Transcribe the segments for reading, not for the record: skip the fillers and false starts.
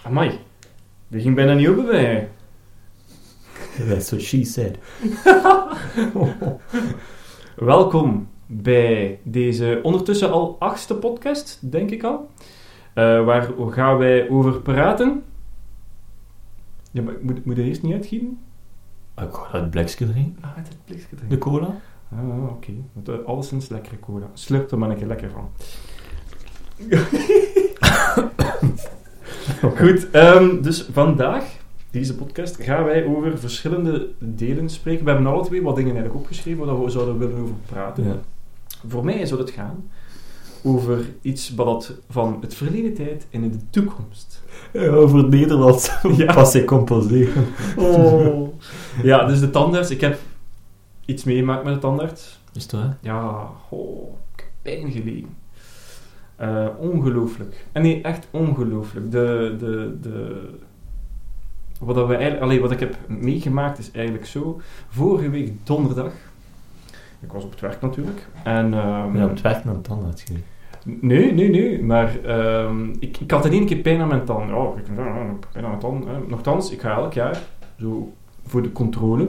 Amai, die ging bijna niet open bij. That's what she said. Welkom bij deze ondertussen al 8e podcast, denk ik al. Waar gaan wij over praten? Ja, maar moet je eerst niet uitgieten? Ik ga het blikje drinken. Ah, het blikje drinken. De cola? Oké. Alleszins lekkere cola. Slurp er maar een keer lekker van. Goed, dus vandaag, deze podcast, gaan wij over verschillende delen spreken. We hebben alle twee wat dingen eigenlijk opgeschreven waar we zouden willen over praten. Ja. Voor mij zou het gaan over iets wat van het verleden tijd en in de toekomst. Over het Nederlands. Ja. Passé composeren. Oh. Ja, dus de tandarts. Ik heb iets meegemaakt met de tandarts. Is het waar? Ja, ik heb pijn gelegen. Ongelooflijk. En nee, echt ongelooflijk. Wat ik heb meegemaakt is eigenlijk zo. Vorige week donderdag. Ik was op het werk natuurlijk. En, Ja, op het werk naar de tandarts geweest. Nee. Maar ik had in één keer pijn aan mijn tand. Ja, ik heb pijn aan mijn tand. Nochtans, ik ga elk jaar zo voor de controle.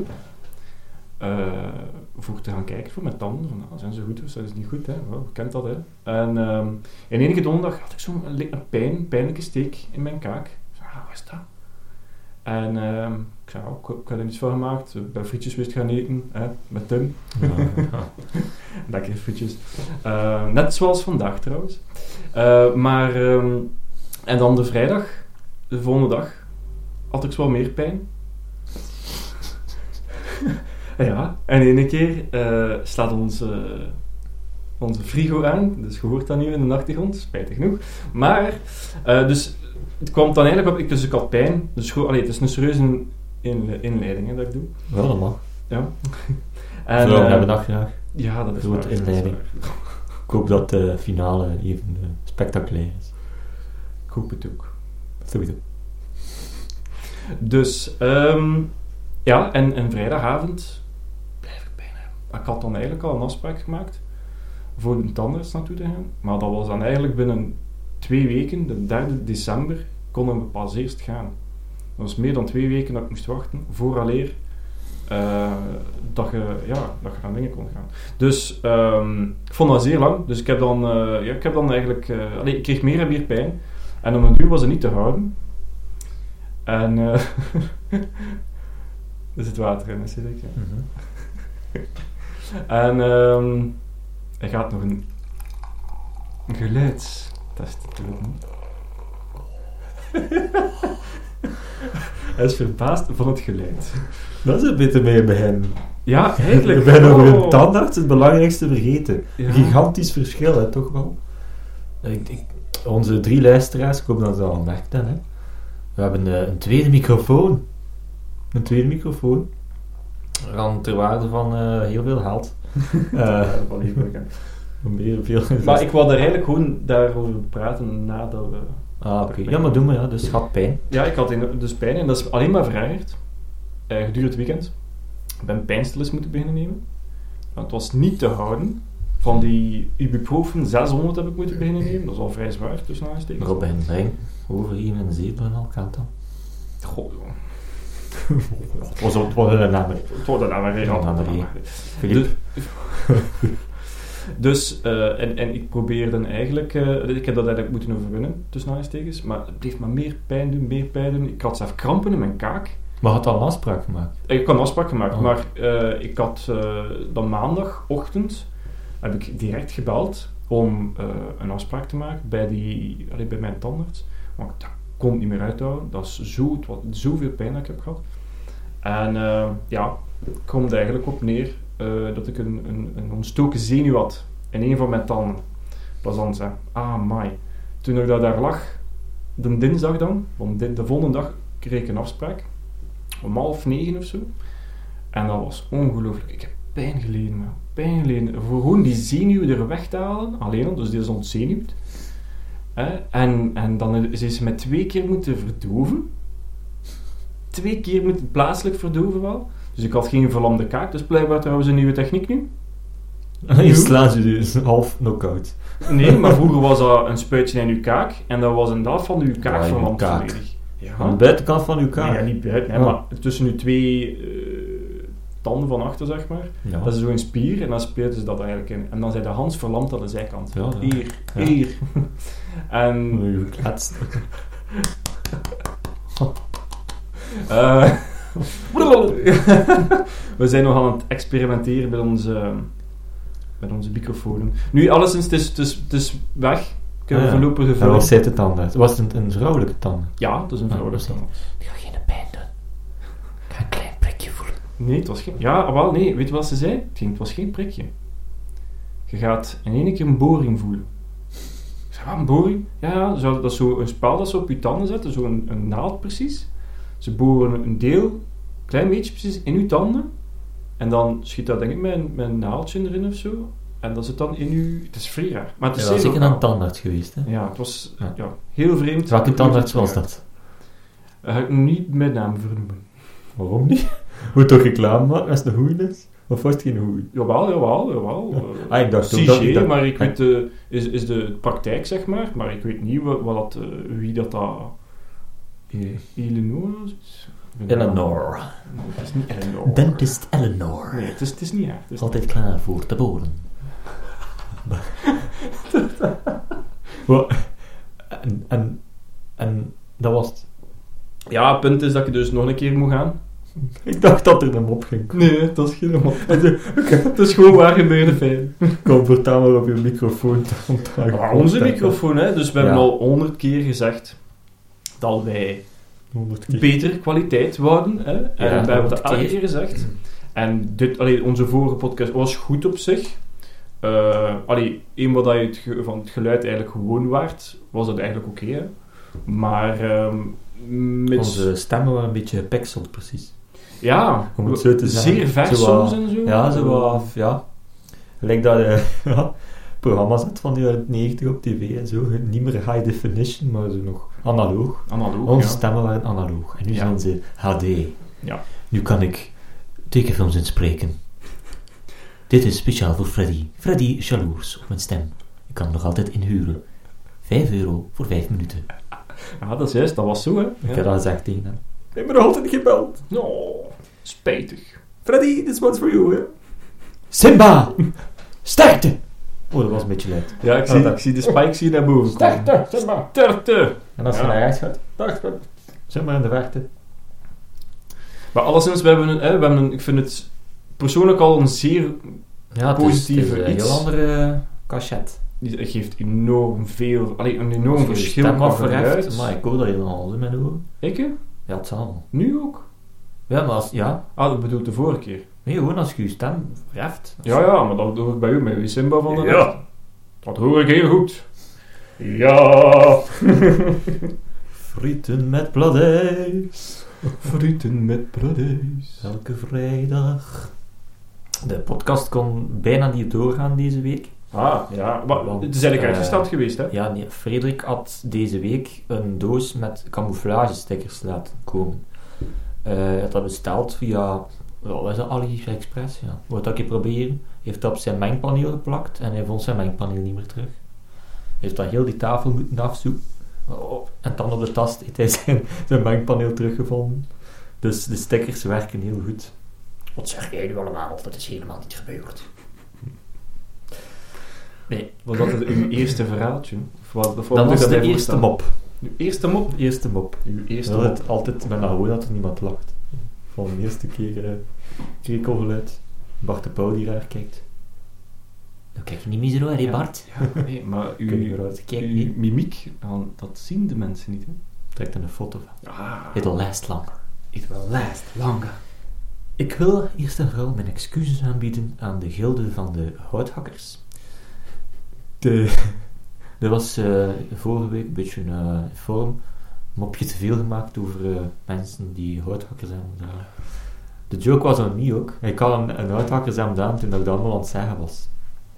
Voor te gaan kijken voor mijn tanden. Van, zijn ze goed of zijn ze niet goed? Hè? Wel, je kent dat. Hè? En in enige donderdag had ik zo'n pijnlijke steek in mijn kaak. Ik zei, wat is dat? En ik zei, ik had er iets van gemaakt. Ik ben frietjes wist gaan eten, hè, met Tim. Ja. Lekker frietjes. Net zoals vandaag trouwens. En dan de vrijdag, de volgende dag, had ik zo wat meer pijn. Ja, en in een keer slaat onze frigo aan. Dus je hoort dat nu in de achtergrond, spijtig genoeg. Maar, dus het kwam dan eigenlijk op, dus ik had pijn. Dus het is een serieuze inleiding hè, dat ik doe. Wel, dat mag. Ja. En, Vrouwen hebben dat graag. Ja, dat is Grote waar. inleiding. Ik hoop dat de finale even spectaculair is. Ik hoop het ook. Sowieso. Dus, ja, en vrijdagavond blijf ik pijn hebben. Ik had dan eigenlijk al een afspraak gemaakt voor een tandarts naartoe te gaan. Maar dat was dan eigenlijk binnen 2 weken, de 3e december, konden we pas eerst gaan. Dat was meer dan 2 weken dat ik moest wachten, vooraleer dat je naar dingen kon gaan. Dus ik vond dat zeer lang. Dus ik heb dan eigenlijk... ik kreeg meer en meer pijn. En om een duur was het niet te houden. En... er zit water in, zie ik. Mm-hmm. En hij gaat nog een geluidstest doen. Hij is verbaasd van het geluid. Dat is een beetje mee beginnen. Ja, eigenlijk. Ik ben over een tandarts het belangrijkste vergeten. Ja. Een gigantisch verschil, hè, toch wel? Onze 3 luisteraars, ik hoop dat ze al gemerkt hebben, hè. We hebben een tweede microfoon. Een tweede microfoon. Aan ter waarde van heel veel geld. Van heel Veel. Maar ik wilde er eigenlijk gewoon daarover praten nadat we... Oké. Ja, maar doe maar, ja. Dus gaat pijn. Ja, ik had dus pijn en dat is alleen maar verergerd. Gedurende het weekend. Ik ben pijnstillers moeten beginnen nemen. Want het was niet te houden. Van die ibuprofen 600 heb ik moeten beginnen nemen. Dat is al vrij zwaar, tussen aanstekens. Robin Breng, overgeven en zetel en al kan dan. Goh, joh. Het was een naam. Het wordt een andere Filip. Dus, en ik probeerde eigenlijk, ik heb dat eigenlijk moeten overwinnen, tussen aanstekens, maar het bleef maar meer pijn doen. Ik had zelf krampen in mijn kaak. Maar had al een afspraak gemaakt? Ik had een afspraak gemaakt, Oh. maar ik had dan maandagochtend, heb ik direct gebeld om een afspraak te maken bij mijn tandarts. Maar dat kon het niet meer uithouden, het was zoveel pijn dat ik heb gehad. En het komt eigenlijk op neer dat ik een ontstoken zenuw had in een van mijn tanden. Plezant, hè. Amai. Toen ik daar lag, de dinsdag dan, want de volgende dag kreeg ik een afspraak, om 8:30 of zo. En dat was ongelooflijk. Ik heb pijn geleden, man. Pijn geleden. Voor gewoon die zenuw er weg te halen, alleen al, dus die is ontzenuwd. En dan is ze met 2 keer moeten verdoven. 2 keer moeten plaatselijk verdoven wel. Dus ik had geen verlamde kaak, dus blijkbaar trouwens een nieuwe techniek nu. Je slaat je dus half knock-out. Nee, maar vroeger was dat een spuitje in uw kaak en dat was een dag van uw kaak verlamd volledig. Ja. Aan de buitenkant van uw kaak. Nee, niet buiten, hè, maar tussen uw twee tanden van achter, zeg maar. Ja. Dat is zo'n spier en dan spuiten ze dat eigenlijk in. En dan zijn de Hans verlamd aan de zijkant. Ja, ja. Hier, hier. En... Uw gekletst. We zijn nog aan het experimenteren met onze microfoon. Nu, alleszins, het is weg. Ik heb voorlopig En gevuld. wat zit het dan? Was het een vrouwelijke tand? Ja, het is een vrouwelijke dat is tand. Die gaat geen pijn doen. Ik ga een klein prikje voelen. Nee, het was geen... Ja, wel, nee. Weet je wat ze zei? Het was geen prikje. Je gaat in één keer een boring voelen. Ik zei, wat, een boring? Ja, dat is zo een spel dat ze op je tanden zetten. Zo'n een naald precies. Ze boren een deel, klein beetje precies, in je tanden. En dan schiet dat denk ik met een naaldje erin of zo. En dat zit dan in je... Het is vrij raar. Maar het is Ja, dat is zeer zeker een lokaal. tandarts geweest, hè? Ja, het was Ja. heel vreemd. Welke tandarts was dat? Ga ik niet mijn naam vernoemen. Waarom niet? Moet toch reclame maken als het een goeie is? Of was het geen goeie? Jawel. Ik dacht ook dat... CG, maar ik weet is de praktijk, zeg maar ik weet niet wie dat... Eleanor? Eleanor. Nee, het is niet Eleanor. Dentist Eleanor. Nee, het is niet haar. Het is Altijd klaar voor te boren. Wat? En dat was het. Ja, het punt is dat je dus nog een keer moet gaan. Ik dacht dat er een mop ging komen. Nee, dat is geen mop. Het is gewoon waar gebeurde feiten. Comfortabel op je microfoon te ontvangen. Maar onze microfoon, hè. Dus we hebben Ja. al 100 keer gezegd dat wij 100 keer. betere kwaliteit wouden. Hè? En Ja, we hebben dat 100 elke keer. keer gezegd. En onze vorige podcast was goed op zich. Een wat je van het geluid eigenlijk gewoon waard, was dat eigenlijk oké. Hè? Maar Onze stemmen waren een beetje gepixeld, precies. ja, Om het zo te zeggen. zeer vers Zo wat- soms en zo. Ja, zo wat, ja. Gelijk dat ja, programma's had van de jaren 90 op tv en zo. Niet meer high definition, maar zo nog analoog. Analoog, Onze ja. stemmen waren analoog. En nu Ja. zijn ze HD. Ja. Nu kan ik tekenfilms inspreken. Dit is speciaal voor Freddy. Freddy jaloers op mijn stem. Ik kan hem nog altijd inhuren. €5 voor 5 minuten. Ja, dat is juist. Dat was zo, hè. Ik heb dat gezegd tegen hem. Ik heb me nog altijd gebeld. Oh, spijtig. Freddy, this one's for you, hè. Simba! Sterkte! Oh, dat was een beetje luid. Ja, ik zie de spikes hier naar boven komen. Sterkte, Simba! Sterkte! En als je Ja. naar rechts gaat, sterkte. Simba in de verte. Maar alleszins, we hebben een, ik vind het persoonlijk al een zeer... Ja, Positieve een iets. heel andere cachet. Het geeft enorm veel... een enorm Als je verschil stem qua afverheft, geluid. maar ik hoor dat helemaal in mijn oren. Ik, hè? Ja, het zal. Nu ook? Ja, maar als... Ja. Dat bedoelt de vorige keer. Nee, gewoon als je je stem verheft. Ja, maar dat hoor ik bij u met uw Simba van de Ja. net. Dat hoor ik heel goed. Ja. Frieten met bladijs. Frieten met bradijs. Elke vrijdag. De podcast kon bijna niet doorgaan deze week. Ja. Maar Want, het is eigenlijk uitgesteld geweest, hè? Ja, nee, Frederik had deze week een doos met camouflagestickers laten komen. Hij had dat besteld via... Wat is dat? AliExpress, ja. Wat dat ik proberen. Heeft dat op zijn mengpaneel geplakt en hij vond zijn mengpaneel niet meer terug. Hij heeft dan heel die tafel moeten afzoeken. En dan op de tast heeft hij zijn mengpaneel teruggevonden. Dus de stickers werken heel goed. Wat zeg jij nu allemaal? Dat is helemaal niet gebeurd. Nee. Was dat uw eerste verhaaltje? Of Dat was de eerste mop. Uw eerste mop? Eerste mop. Uw eerste Ik wil het mop. altijd met gewoon dat er niemand lacht. Van de eerste keer krekelgeluid. Bart de Pauw die raar kijkt. Dan kijk je niet meer zo, hè, Ja. Bart? Ja, nee, maar Kun je eruit kijken uw niet? mimiek, dat zien de mensen niet, hè? Trekt er een foto van. Ah, It'll last long. it will last longer. Ik wil eerst en vooral mijn excuses aanbieden aan de gilde van de houthakkers. Er was vorige week een beetje een forum, mopje te veel gemaakt over mensen die houthakkers hebben gedaan. De joke was aan mij ook. Ik had een houthakkers hebben gedaan toen ik dat allemaal aan het zeggen was.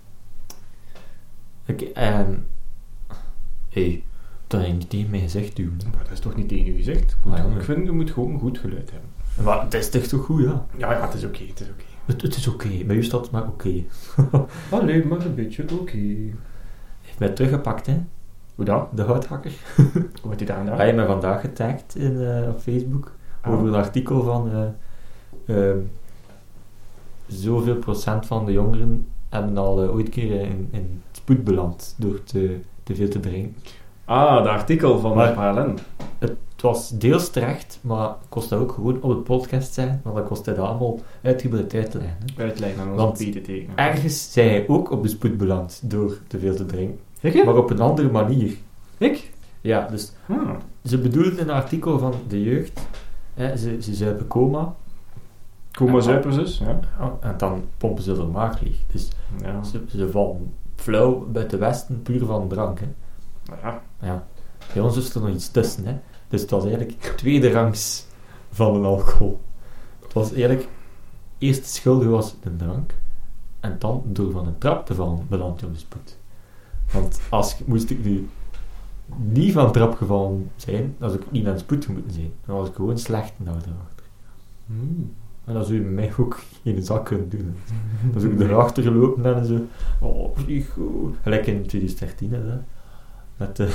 Dat heb je niet tegen mij gezegd, duwen. Maar dat is toch niet tegen u gezegd? Ah, ja. Ik vind, je moet gewoon een goed geluid hebben. Maar het is toch goed, ja. Ja, het is oké, het is oké. Het is oké. Bij u staat het maar oké. Alleen maar een beetje oké. Heeft mij teruggepakt, hè. Hoe dat? de houthakker. Hoe heeft hij daar gedaan? Hij heeft me vandaag getagd op Facebook over het artikel van zoveel procent van de jongeren hebben al ooit een keer in spoed beland door te veel te drinken. Ah, de artikel van Maar- de PLN. Het was deels terecht, maar kost dat ook gewoon op het podcast zijn, want dan kost hij dat allemaal uitgebreid uit te leggen. Hè. Uitleggen aan Want- onze Piet te tekenen. Ergens zei hij ook op de spoed beland door te veel te drinken, Ik? maar op een andere manier. Ik? Ja, dus Ah. ze bedoelden in een artikel van de jeugd, hè, ze zuipen coma, Coma-zuipers dus, ja. en dan pompen ze er maag leeg. Dus Ja. ze vallen flauw bij de Westen puur van drank. Hè. Ja. Ja. Bij ons is er nog iets tussen. Hè. Dus het was eigenlijk tweede rangs van een alcohol. Het was eigenlijk eerst de schuldige was de drank en dan door van een trap te vallen beland je op de spoed. Want moest ik nu niet van trap gevallen zijn, dan zou ik niet naar de spoed moeten zijn. Dan was ik gewoon slecht nou erachter. En dan zou je mij ook geen zak kunnen doen. Dan zou ik erachter gelopen en zo. Oh, vliego. Gelijk in 2013 hè. Met de...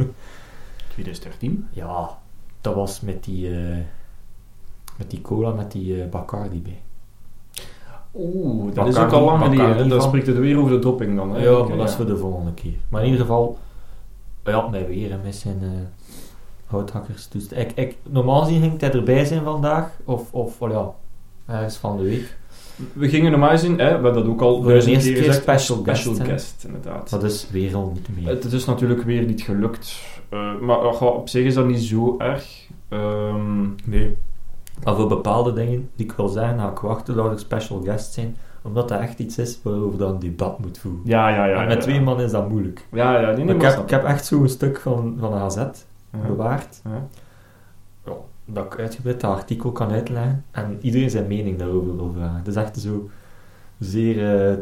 2013? Ja, dat was met die cola met die Bacardi bij. Oeh, dat is Bacardi- ook al lang geleden. Bacardi Dan van- spreekt het weer over de dropping dan. Hè? Ja, Oké, maar dat is voor de volgende keer. Maar in ieder geval, ja, mij weer hè, met zijn houthakkers. Dus normaal gezien ging hij erbij zijn vandaag, of ja, ergens van de week. We gingen normaal zien, hè, we hebben dat ook al Voor de duizend eerste keer gezegd, special guest, hè. guest, inderdaad. Dat is weer al niet meer. Het is natuurlijk weer niet gelukt. Maar op zich is dat niet zo erg. Nee. Maar voor bepaalde dingen die ik wil zeggen, ga ik wachten dat er special guests zijn, omdat dat echt iets is waarover dan een debat moet voeren. Ja. En met twee man is dat moeilijk. Ja, nee, Maar maar ik heb echt zo'n stuk van een AZ bewaard, Ja. ja, dat ik uitgebreid dat artikel kan uitleggen en iedereen zijn mening daarover wil vragen. Het is echt zo zeer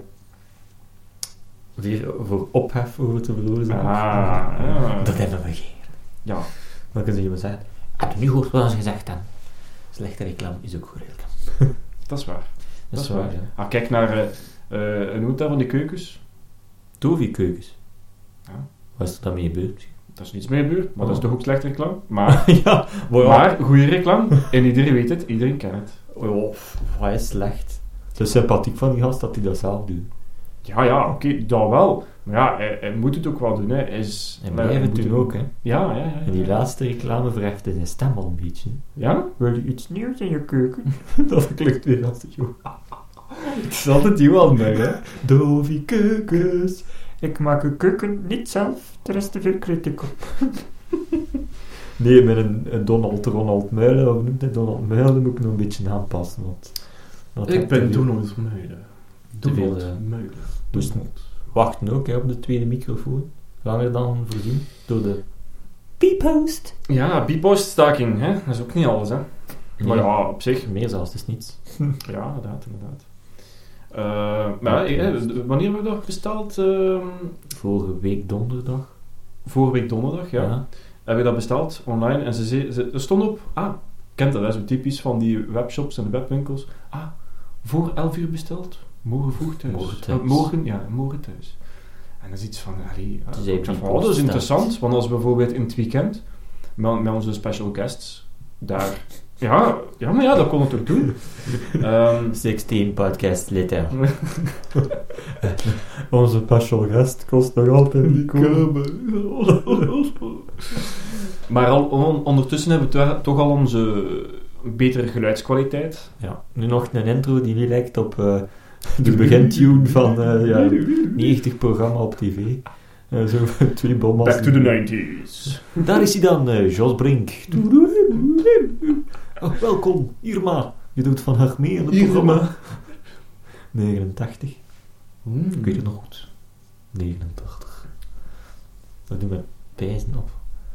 voor ophef over te veroorzaken. Ja. Dat hebben we geen. Ja. Dan kunnen ze iemand zeggen, heb je nu gehoord wat ze gezegd hebben? Slechte reclame is ook goede reclame. Dat is waar. Dat is waar, ja. Ah, kijk naar een hoed daar van die keukens. Tovi-keukens. Ja. Wat is er dan mee gebeurd? Dat is niets meer gebeurd, maar dat is Oh. toch ook slechte reclame. Maar, Ja, maar goede reclame. En iedereen weet het, iedereen kent het. oh, wat is slecht. Het is sympathiek van die gast dat hij dat zelf doet. Ja, oké, dat wel. Maar ja, hij moet het ook wel doen. Hè. En wij hebben het toen ook, hè. Ja. En die laatste reclame verheft in zijn stem al een beetje. Ja? Wil je iets nieuws in je keuken? Dat klinkt weer als de joh. Het is altijd die wel mee, hè. Dovi keukens. Ik maak uw keuken niet zelf, er is te veel kritiek op. Nee, met een Ronald Muilen, of noemt hij Donald Muilen, moet ik nog een beetje aanpassen. Want Ik ben Donald Meulen. Te veel, Donald Meulen. dus Donald. wachten ook hè, op de tweede microfoon. Langer dan voorzien door de P-post. Ja, bipoststaking, hè. Dat is ook niet alles, hè. Maar Nee. ja, op zich. Meer zelfs, het is niets. Ja, inderdaad. Maar ja, wanneer hebben we dat besteld? Vorige week donderdag. Vorige week donderdag, ja. Hebben we dat besteld online en er stond op, kent dat, hè, zo typisch van die webshops en de webwinkels. Voor 11 uur besteld, morgen vroeg thuis. Morgen thuis. En dat is iets van, Dus ik dacht van, dat is interessant, want als we bijvoorbeeld in het weekend met onze special guests daar, maar dat kon het ook doen. 16 podcast later. Onze special guest kost nog altijd niet komen. Maar ondertussen hebben we toch al onze betere geluidskwaliteit. Ja, nu nog een intro die niet lijkt op de begintune van 90 programma op tv. Zo twee bommen. Back to the 90s. Daar is hij dan, Jos Brink. Oh, welkom, Irma. Je doet van haar mee in het programma. 89. Ik weet het nog goed. 89. Dat doen we pijzen op.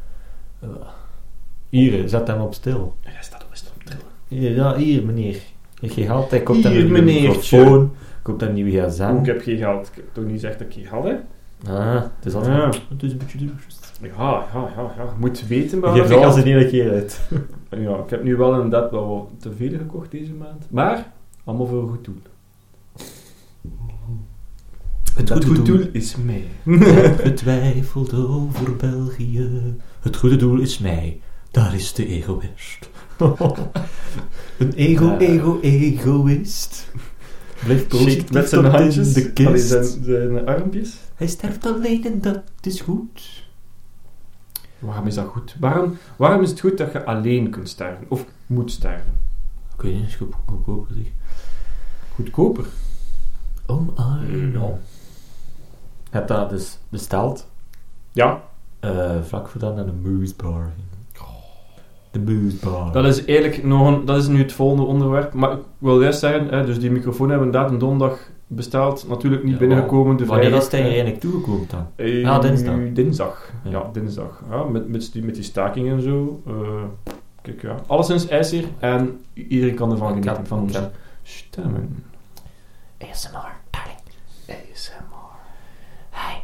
Hier, zet hem op stil. Hij staat op trillen. Ja, hier, meneer. Ik heb geld, ik koop Hier, daar een nieuwe meneertje. microfoon. Ik koop daar een nieuwe gsm. Ik heb geen geld. Ik heb toch niet gezegd dat ik geen geld heb? Het is altijd... Het is een beetje duur. Ja. Je moet weten Je waar geeft je alles geld... in één keer uit. Ja, ik heb nu wel inderdaad wel wat te veel gekocht deze maand. Maar, allemaal voor een goed doel. Het Dat goede goed doel doel is mij. heb getwijfeld over België. Het goede doel is mij. Daar is de egoïst. Een egoïst. Blijf positief Met zijn tot in handjes, de kist. zijn armpjes. Hij sterft alleen en dat is goed. Waarom is dat goed? Waarom is het goed dat je alleen kunt sterven? Of moet sterven? Ik weet niet, is goedkoper zeg. Goedkoper? Ja. Je hebt dat dus besteld. Ja. Vlak voor dat naar de Moose Bar. De Moose Bar. Dat is eigenlijk dat is nu het volgende onderwerp. Maar ik wil juist zeggen, dus die microfoon hebben we inderdaad een donderdag besteld. Natuurlijk niet binnengekomen. De Wanneer vrijdag. is hij eigenlijk toegekomen dan? Dinsdag. Dinsdag. Dinsdag. Ja, met die staking en zo. Kijk, ja. Alleszins ijs hier. En iedereen kan ervan genieten van onze stemmen. ASMR, darling. ASMR. Hi.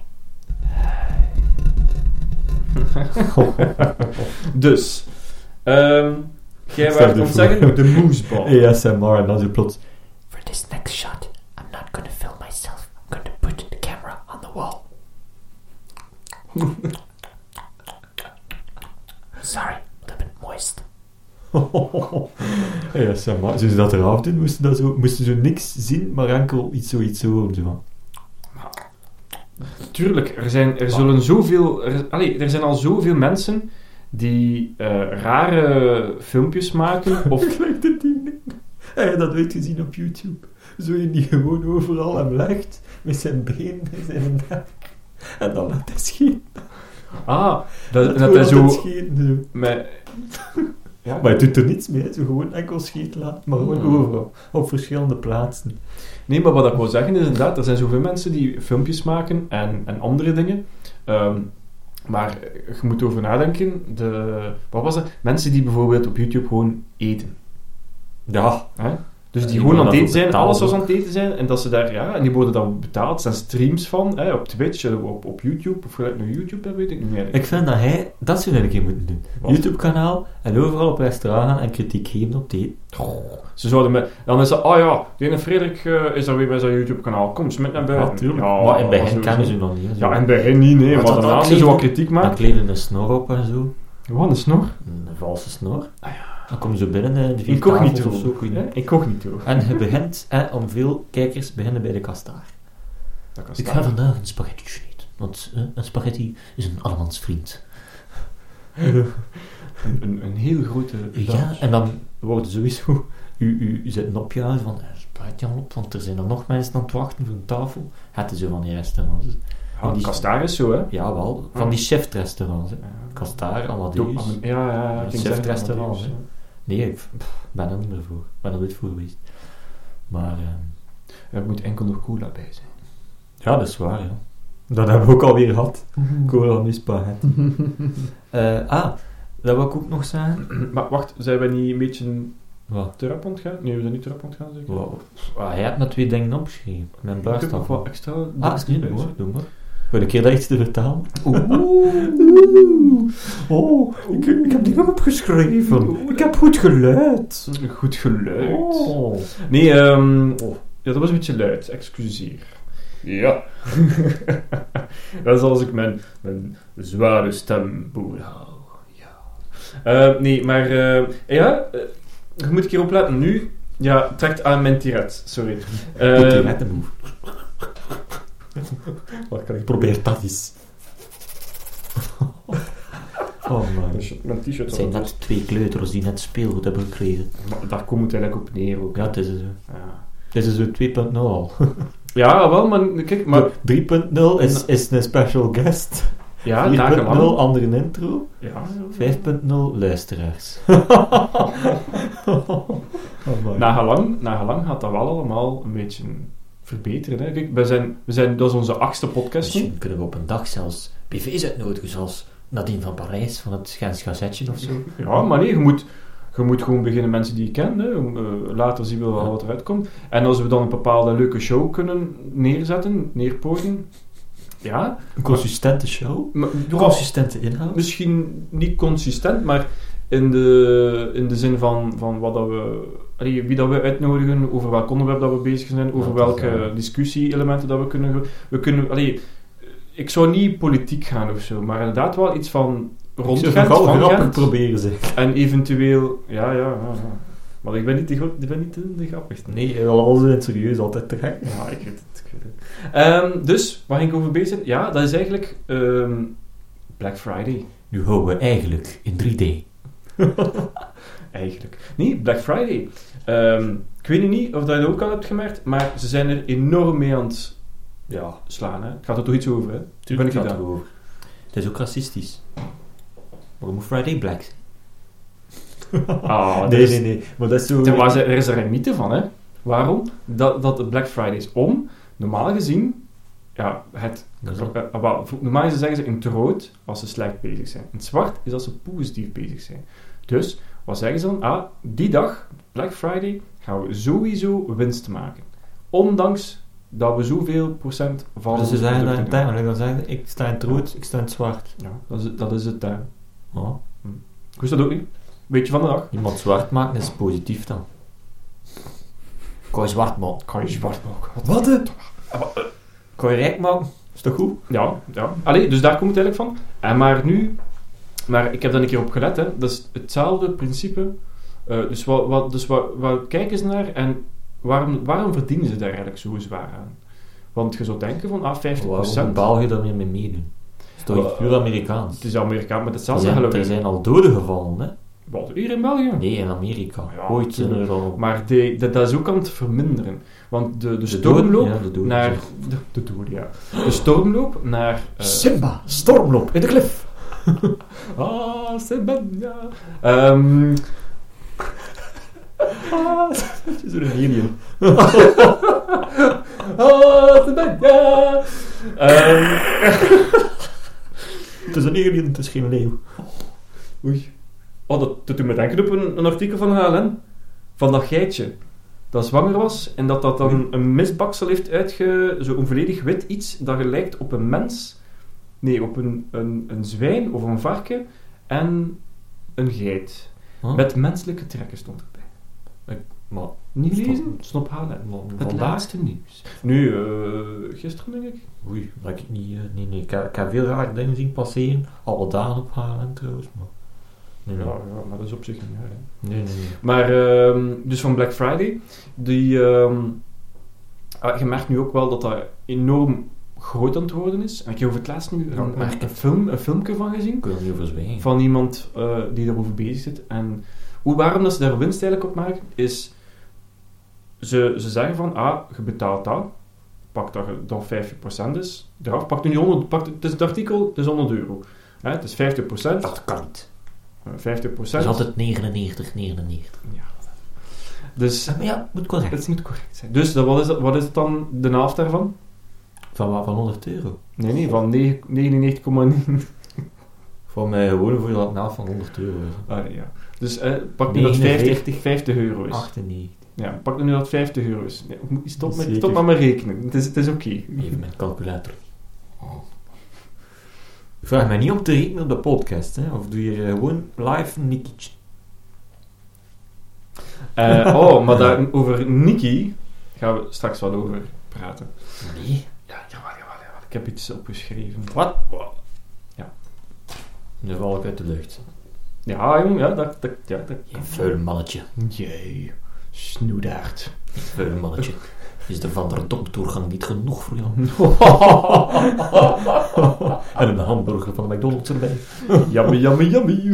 Dus, jij waart aan het zeggen, de moesbal. ASMR en dan zo plots. For this next shot, I'm not gonna film myself. I'm gonna put the camera on the wall. Sorry, a little bit moist. ASMR, als ze dat eraf doen, moesten ze niks zien, maar enkel zoiets zo horen. Zo. Tuurlijk, er zijn al zoveel mensen die rare filmpjes maken. Of Gelijk de ding. Heb je dat ooit gezien op YouTube? Zo in die gewoon overal hem legt, met zijn been en zijn nek. En dan laat hij schieten. dat hij zo... Schieten, zo. Ja, Maar hij doet er niets mee, zo gewoon enkel schiet laten, maar gewoon overal, op verschillende plaatsen. Nee, maar wat ik wil zeggen is inderdaad, er zijn zoveel mensen die filmpjes maken en andere dingen. Maar je moet over nadenken. Wat was het? Mensen die bijvoorbeeld op YouTube gewoon eten. Ja. Hè? Dus die Die gewoon aan het worden eten zijn, betaald, alles was hè. aan het eten zijn, en dat ze daar, en die worden dan betaald. Er zijn streams van, op Twitch, op YouTube, of gelijk naar YouTube, dat weet ik niet meer. Ik vind dat hij dat zou een keer moeten doen. Wat? YouTube-kanaal en overal op restaurant gaan en kritiek geven op die. Ze zouden dan is dat, die ene Frederik is daar weer bij zijn YouTube-kanaal. Kom, smet naar buiten. Ja, tuurlijk. Ja, Maar in het begin sowieso. kennen ze nog niet. Hè, zo. Ja, in het begin niet, nee, Want maar dat daarna ze kleefde- zo wat kritiek Dan maakt. kleefde een snor op en zo. Wat, een snor? Een valse snor. Ah ja. Dan komen ze binnen de vier Incognito. tafels of zo. Ik weet niet. Incognito. En je begint, om veel kijkers beginnen bij de kastaar. Dat kan Ik staan. ga vandaag een spaghetti eten. Want een spaghetti is een allemans vriend. Een heel grote Ja, en dan worden sowieso u zitten opgehouden van spaghetti al op, want er zijn er nog mensen aan het wachten voor een tafel. Het is zo van die restaurants. Ja, die kastaar is zo, hè? Ja, wel. Van die chef-restaurants. Kastaar, Amadeus. Ja, Een ik denk chef-restaurant, Amadeus, hè. Nee, ik ben er niet meer voor. Ik ben er nooit voor geweest. Maar... Er moet enkel nog cola bij zijn. ja, dat is waar, ja. Dat hebben we ook alweer gehad. Cola nu spaghetti. Dat wil ik ook nog zeggen. Maar wacht, zijn we niet een beetje Wat? te rap aan het gaan? Nee, we zijn niet te rap aan het gaan, zeker? Wow. Hij heeft me 2 dingen opgeschreven. Mijn Ik heb nog blaastafel. wat extra... Doe maar. Voor de keer dat iets te vertalen. Ik heb dingen opgeschreven. Ik heb goed geluid. Goed geluid. Oh. Nee, ja, dat was een beetje luid. Excuseer. Ja. Dat is als ik mijn zware stem hou. Ja. Nee, maar... je moet een keer opletten. Nu... Ja, trekt aan mijn tiret. Sorry. Wat kan ik proberen dat eens. Oh man. Mijn t-shirt... Het zijn net 2 kleuters die net speelgoed hebben gekregen. Daar komt het eigenlijk op neer ook. Ja, het is zo. Ja. Het is zo 2.0 al. Ja, wel, maar kijk, maar... 3.0 is een special guest. Ja, 4.0 nagelang. andere intro. Ja. 5.0 luisteraars. Nagelang gaat dat wel allemaal een beetje verbeteren. Hè? Kijk, we zijn, dat is onze 8e podcast. Misschien kunnen we op een dag zelfs BV's uitnodigen, zoals Nadine van Parijs van het Gens Gazetje of zo. Ja, maar nee, je moet gewoon beginnen mensen die je kent. Hè. Later zien we wel wat eruit komt. En als we dan een bepaalde leuke show kunnen neerpoten. Ja. Een consistente show. Maar, Consistente inhoud. misschien niet consistent, maar in de zin van wat dat wie dat we uitnodigen, over welk onderwerp dat we bezig zijn, over welke discussie-elementen dat we kunnen. Ik zou niet politiek gaan of zo, maar inderdaad wel iets van rond Gent, van Gent. Proberen zeg. En eventueel, ja. Maar ik ben niet de grappigste. Nee, we al zijn serieus altijd te gek. Ja, ik weet het. Dus, waar ging ik over bezig zijn? Ja, dat is eigenlijk Black Friday. Nu houden we eigenlijk in 3D. Eigenlijk. Nee, Black Friday. Ik weet niet of dat je het ook al hebt gemerkt, maar ze zijn er enorm mee aan het slaan. Hè. Het gaat er toch iets over, hè? Tuurlijk gaat het over. Het is ook racistisch. Waarom moet Friday black zijn? Nee. Maar dat is zo... Er is er een mythe van, hè. Waarom? Dat het Black Friday is om, normaal gezien, normaal gezien zeggen ze in het rood als ze slecht bezig zijn. In het zwart is als ze positief bezig zijn. Dus, wat zeggen ze dan? Die dag, Black Friday, gaan we sowieso winst maken. Ondanks dat we zoveel procent van... Dus ze zeggen dat in tuin, dan zeggen ik sta in het rood, ik sta in het zwart. Ja, dat is het tuin. Oh. Hoe is dat ook niet? Beetje van de dag. Iemand zwart maken is positief dan. Kan je zwart maken? Wat? Kan je rijk maken? Is dat goed? Ja. Allee, dus daar komt het eigenlijk van. Maar ik heb daar een keer op gelet, hè. Dat is hetzelfde principe. Dus wat kijken ze naar en waarom verdienen ze daar eigenlijk zo zwaar aan? Want je zou denken van 50%. Waarom België daar niet mee meedoen? Het is toch puur Amerikaans? Het is Amerikaans, maar hetzelfde er zijn al doden gevallen, hè? Wat, hier in België? Nee, in Amerika. Ja, ooit zijn er al... Maar dat is ook aan het verminderen. Want de stormloop naar... De doden, ja. De stormloop naar... Simba, stormloop in de klif. Simba, ja. Het is een alien. Simba, ja. Het is een alien, het is geen leeuw. Oei. Dat doet me denken op een artikel van HLN. Van dat geitje dat zwanger was en dat dan een misbaksel heeft zo een volledig wit iets dat gelijkt op een mens. Nee, op een zwijn of een varken en een geit. Huh? Met menselijke trekken stond erbij. Maar niet lezen? Snop HLN. Het laatste nieuws. Nu, gisteren denk ik. Oei, dat ik niet... Nee. Ik heb veel rare dingen zien passeren. Alle dagen op HLN trouwens, maar... Nee. Ja, maar dat is op zich niet raar. Nee. Maar, dus van Black Friday, je merkt nu ook wel dat dat enorm groot aan het worden is. En ik heb over het laatst nu een filmpje van gezien. Ik wil er niet over zwijgen. Van iemand die daarover bezig zit. En waarom dat ze daar winst eigenlijk op maken, is... Ze zeggen van, je betaalt dat. Pak dat 50% is. Eraf, pak nu die 100... Het is het artikel, het is €100. Het is 50%. Dat kan niet. 50%. Het is altijd 99. Ja. Dus, maar ja, moet correct. Het moet correct zijn. Dus wat is het dan, de helft daarvan? Van wat? Van €100? Nee, van 99,9. Van mij gewoon voor dat helft van €100 is. Ja. Dus pak nu dat €50 is. 98. Ja, pak nu dat €50 is. Nee, stop maar met rekenen. Het is oké. Even mijn calculator. Vraag mij niet om te rekenen op de podcast, hè? Of doe je gewoon live een Nikietje? Maar daar, over Nikki gaan we straks wel over praten. Nee? Ja, jawel. Ik heb iets opgeschreven. Wat? Ja. Nu val ik uit de lucht. Ja, jong, dat. Je vuile mannetje. Jee, snoedaard. Vuile mannetje. Is de Van der Dokdoorgang niet genoeg voor jou? En een hamburger van de McDonald's erbij. Yummy.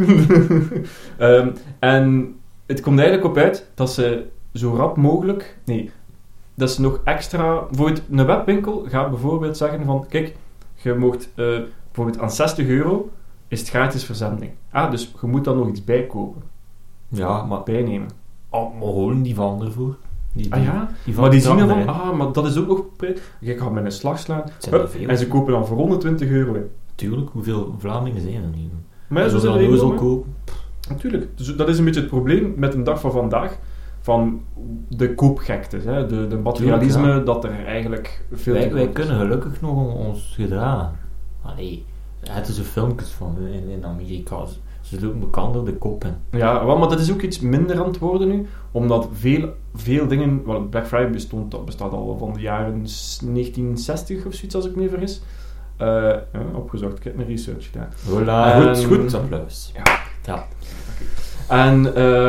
En het komt eigenlijk op uit dat ze zo rap mogelijk... Nee, dat ze nog extra... Bijvoorbeeld een webwinkel gaat bijvoorbeeld zeggen van... Kijk, je mocht bijvoorbeeld aan €60 is het gratis verzending. Dus je moet dan nog iets bijkopen. Ja, maar... Bijnemen. Maar holen die van ervoor? Maar die zien dan van, maar dat is ook nog... Ik ga met een slag slaan. En ze kopen dan voor €120 in. Tuurlijk, hoeveel Vlamingen zijn er niet? Maar ja, zo zijn er wel kopen. Natuurlijk. Dus dat is een beetje het probleem met een dag van vandaag. Van de koopgektes, hè? De materialisme, tuurlijk, dat er eigenlijk veel... Wij kunnen gelukkig nog ons gedragen. Het is er filmpjes van in Amerika. Ze lopen bekend door de kop in. Ja, maar dat is ook iets minder aan het worden nu, omdat veel dingen... Wel, Black Friday bestaat al van de jaren 1960 of zoiets, als ik me niet vergis. Opgezocht, ik heb mijn research gedaan. Voilà, goed, applaus. Ja. En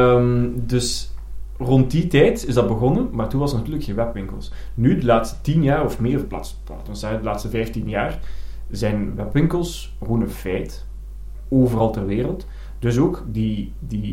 dus rond die tijd is dat begonnen, maar toen was er natuurlijk geen webwinkels. Nu, de laatste 10 jaar of meer, of laten we zeggen de laatste 15 jaar, zijn webwinkels gewoon een feit. Overal ter wereld. Dus ook die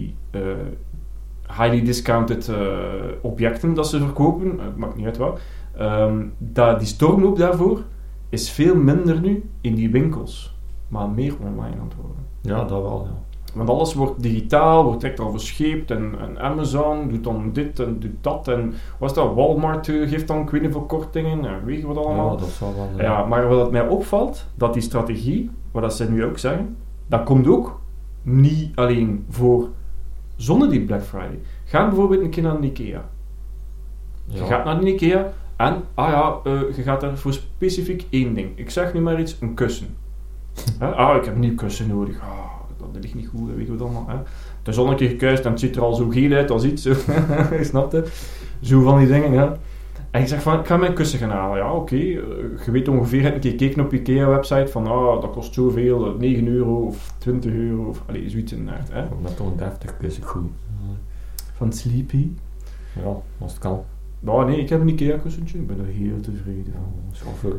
highly discounted objecten dat ze verkopen, het maakt niet uit wat, die stormloop daarvoor is veel minder nu in die winkels, maar meer online aan het worden. Ja, dat wel, ja. Want alles wordt digitaal, wordt direct al verscheept en Amazon doet dan dit en doet dat en wat is dat, Walmart geeft dan ik weet niet veel kortingen en weet je wat allemaal. Ja, dat zal wel. Ja, maar wat mij opvalt, dat die strategie, wat dat ze nu ook zeggen, dat komt ook niet alleen voor zonder die Black Friday. Ga bijvoorbeeld een keer naar de Ikea. Ja. Je gaat naar de Ikea en, je gaat daar voor specifiek één ding. Ik zeg nu maar iets, een kussen. Ik heb een nieuw kussen nodig. Dat ligt niet goed, weet je wat allemaal. Het is al een keer gekuist en het ziet er al zo geel uit als iets. Zo. Snap je? Zo van die dingen, ja. En ik zeg van, ik ga mijn kussen gaan halen. Ja, oké. Je weet ongeveer, heb een keer gekeken op je IKEA-website van, dat kost zoveel, €9 of €20 of, zoiets in de aard. Met toch een deftig kussen, goed. Van Sleepy. Ja, als het kan. Nou, nee, ik heb een IKEA-kussentje. Ik ben er heel tevreden van. Schoffel.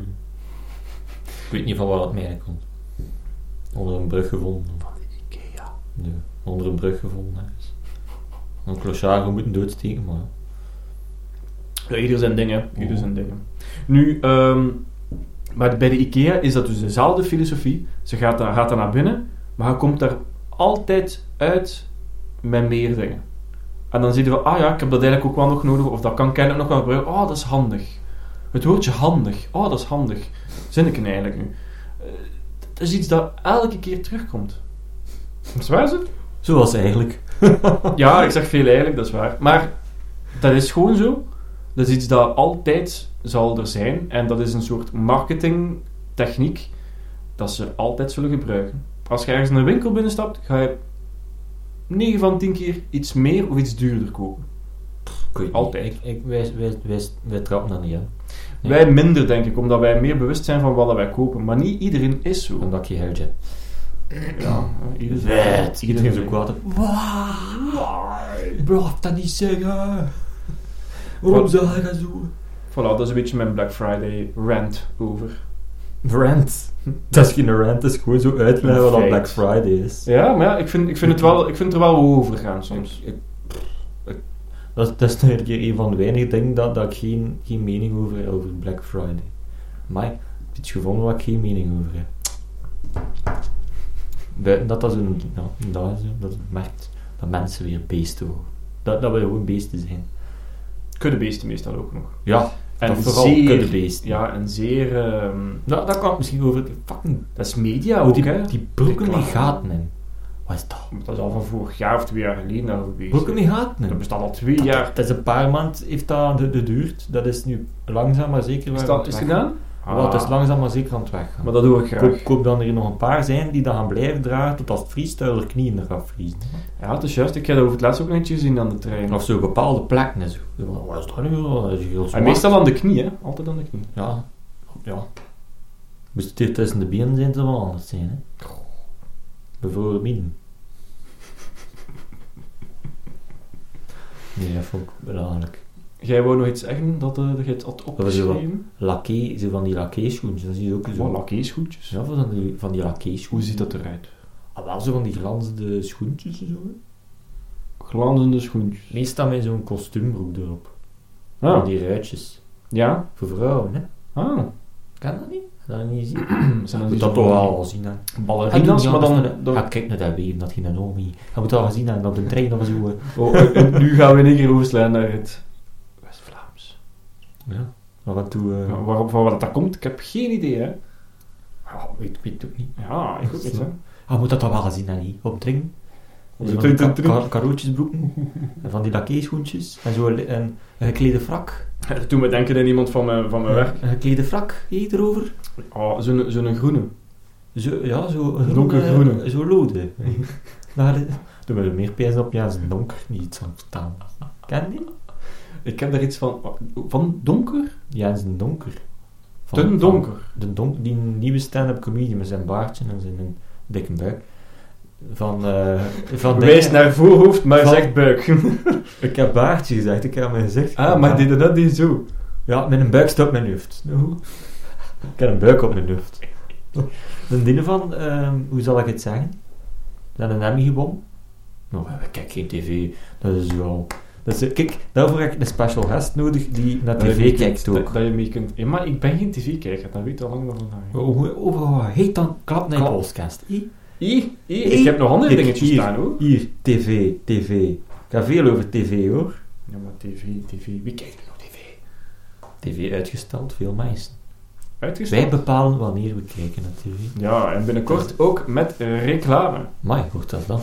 Ik weet niet van waar het merk komt. Onder een brug gevonden. Van Ikea. Nee, onder een brug gevonden. Een clochard moeten doodsteken, maar... Ja, ieder zijn dingen. Nu, maar bij de Ikea is dat dus dezelfde filosofie. Ze gaat daar naar binnen, maar je komt daar altijd uit met meer dingen. En dan zie je van, ik heb dat eigenlijk ook wel nog nodig, of dat kan ik eigenlijk nog wel gebruiken. Dat is handig. Het woordje handig. Dat is handig. Zinneken eigenlijk nu. Dat is iets dat elke keer terugkomt. Dat is waar, zo? Zoals eigenlijk. Ja, ik zeg veel eigenlijk, dat is waar. Maar dat is gewoon zo. Dat is iets dat altijd zal er zijn. En dat is een soort marketingtechniek dat ze altijd zullen gebruiken. Als je ergens in een winkel binnenstapt, ga je 9 van 10 keer iets meer of iets duurder kopen. Altijd. Wij trappen dat niet, hè. Nee. Wij minder, denk ik, omdat wij meer bewust zijn van wat wij kopen. Maar niet iedereen is zo. Omdat je geld hebt. Ja, iedereen is ook kwaad. Ik blijf dat niet zeggen. Waarom zou je dat zo? Voilà, dat is een beetje mijn Black Friday rant over. Rant? Dat is geen rant, dat is gewoon zo uitleggen wat Black Friday is. Ja, maar ja, ik vind er wel over gaan soms. Dat is nog een van de weinige dingen dat ik geen mening over heb over Black Friday. Maar ik heb iets gevonden waar ik geen mening over heb. Buiten dat zo'n... Ja, dat merkt dat mensen weer beesten worden. Dat we gewoon beesten zijn. Kuddebeesten meestal ook nog. Ja, en vooral kuddebeesten. Ja, en zeer... dat kan misschien over... Fucking... Dat is media ook, hè. Die broeken die gaten in. Wat is dat? Dat is al van vorig jaar of 2 jaar geleden daarover bezig. Broeken die gaten in? Dat bestaat al 2 jaar. Het is een paar maanden heeft dat geduurd. Dat is nu langzaam maar zeker... Is het gedaan? Het is langzaam maar zeker aan het weggaan. Maar dat doe ik graag. Koop dan er nog een paar zijn die dat gaan blijven dragen tot als het vriest, dat er knieën gaat vriezen. Ja, het is juist. Ik heb dat over het laatst ook nog gezien aan de trein. Of zo bepaalde plekken en zo. Wat is dat nu? Dat is heel en meestal aan de knie, hè. Altijd aan de knie. Ja. Moest het tussen de benen zijn, zou wel anders zijn, hè. Bijvoorbeeld midden. Nee, dat vond ik belangrijk. Jij wou nog iets zeggen dat je het had opgeschreven? Laké, zo van die laké-schoentjes, dat zie je ook zo. Oh, laké-schoentjes? Ja, van die laké-schoentjes. Hoe ziet dat eruit? Wel zo van die glanzende schoentjes en zo. Glanzende schoentjes? Meestal met zo'n kostuumbroek erop. Ah. Van die ruitjes. Ja? Voor vrouwen, hè. Ah. Kan dat niet? Kan dat niet zien? Je moet dat toch wel zien, hè. Ballerina's, maar dan... Ga kijk naar dat weven, dat geen Naomi. Je moet dat wel zien, hè, op de trein of zo. Nu gaan we in één keer overslaan naar het West-Vlaams. Ja. Af en toe... Van wat dat komt, ik heb geen idee, hè. Weet het ook niet. Ja, ik ook niet, hè. Je moet dat toch wel zien, hè, niet? Op de trein. Karootjesbroeken. En van die laké-schoentjes. En zo een geklede frak. Dat doet me denken aan iemand van mijn werk. Een geklede frak, heet erover? Zo'n groene. Zo donkergroene. Zo lode. Toen we er meer pijzen op Jens en Donker niet iets aan verstaan. Ken die? Ik heb daar iets van donker? Jens en Donker. Ten Donker. Die nieuwe stand-up comedy met zijn baardje en zijn dikke buik. Van Wijst naar voorhoofd, maar van- zegt buik. Ik heb baardje gezegd, ik heb mijn gezicht. Maar die deed dat niet zo. Ja, met een buik staat mijn hoofd. Ik heb een buik op mijn hoofd. De dingen van, hoe zal ik het zeggen? Ze hebben een Emmy gewonnen. Nou, we kijken geen tv. Dat is wel... kijk, daarvoor heb ik een special guest nodig die naar tv kijkt ook. Dat je mee kunt... Ja, maar ik ben geen tv-kijker, dat weet je al lang nog vandaag. Hoe heet dan? Klap naar je Klap. podcast. Ik heb nog andere dingetjes hier, staan, hoor. Hier, tv. Ik ga veel over tv, hoor. Ja, maar tv. Wie kijkt nog tv? TV uitgesteld, veel mensen. Uitgesteld? Wij bepalen wanneer we kijken naar tv. Ja, en binnenkort ook met reclame. Amai, hoe is dat dan?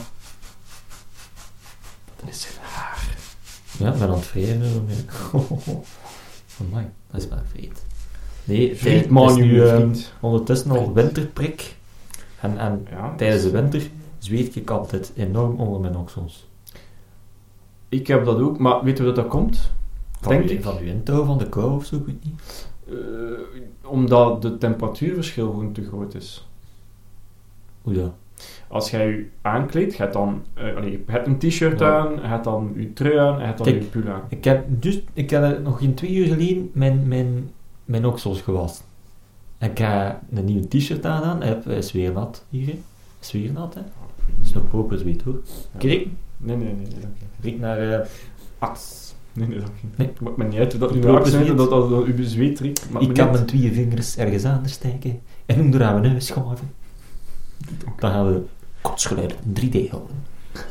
Dat is zijn haar. Ja, ik ben aan het vreden. Amai, dat is wel vreed. Nee, Vriend, het man, is nu vriend. ondertussen al winterprik. En Ja, tijdens de winter zweet ik altijd enorm onder mijn oksels. ik heb dat ook, maar weet je hoe dat komt? Denk ik. Van uw intouw, van de kou of zo, ik weet niet. Omdat de temperatuurverschil gewoon te groot is. Hoe dat? Als jij je aankleedt, je hebt dan... je hebt een t-shirt Ja. aan, je hebt dan je trui aan, je hebt dan Kijk, je pul aan. Ik heb nog in 2 uur geleden mijn oksels gewassen. En ik heb een nieuwe t-shirt aan, hij is weer nat hier. Hè. Is weer nat, hè. Dat is nog proper zweet, hoor. Ja. Kijk, Nee, dank je. riek naar... Aks. Nee, dank je. Nee. Het maakt me niet uit dat u Proper aks bent, zweet. dat uw zweet riekt. Maakt me Ik kan niet mijn 2 vingers ergens anders steken en noem er aan mijn neus schuiven. Dan gaan we kotsgeluiden in 3D houden.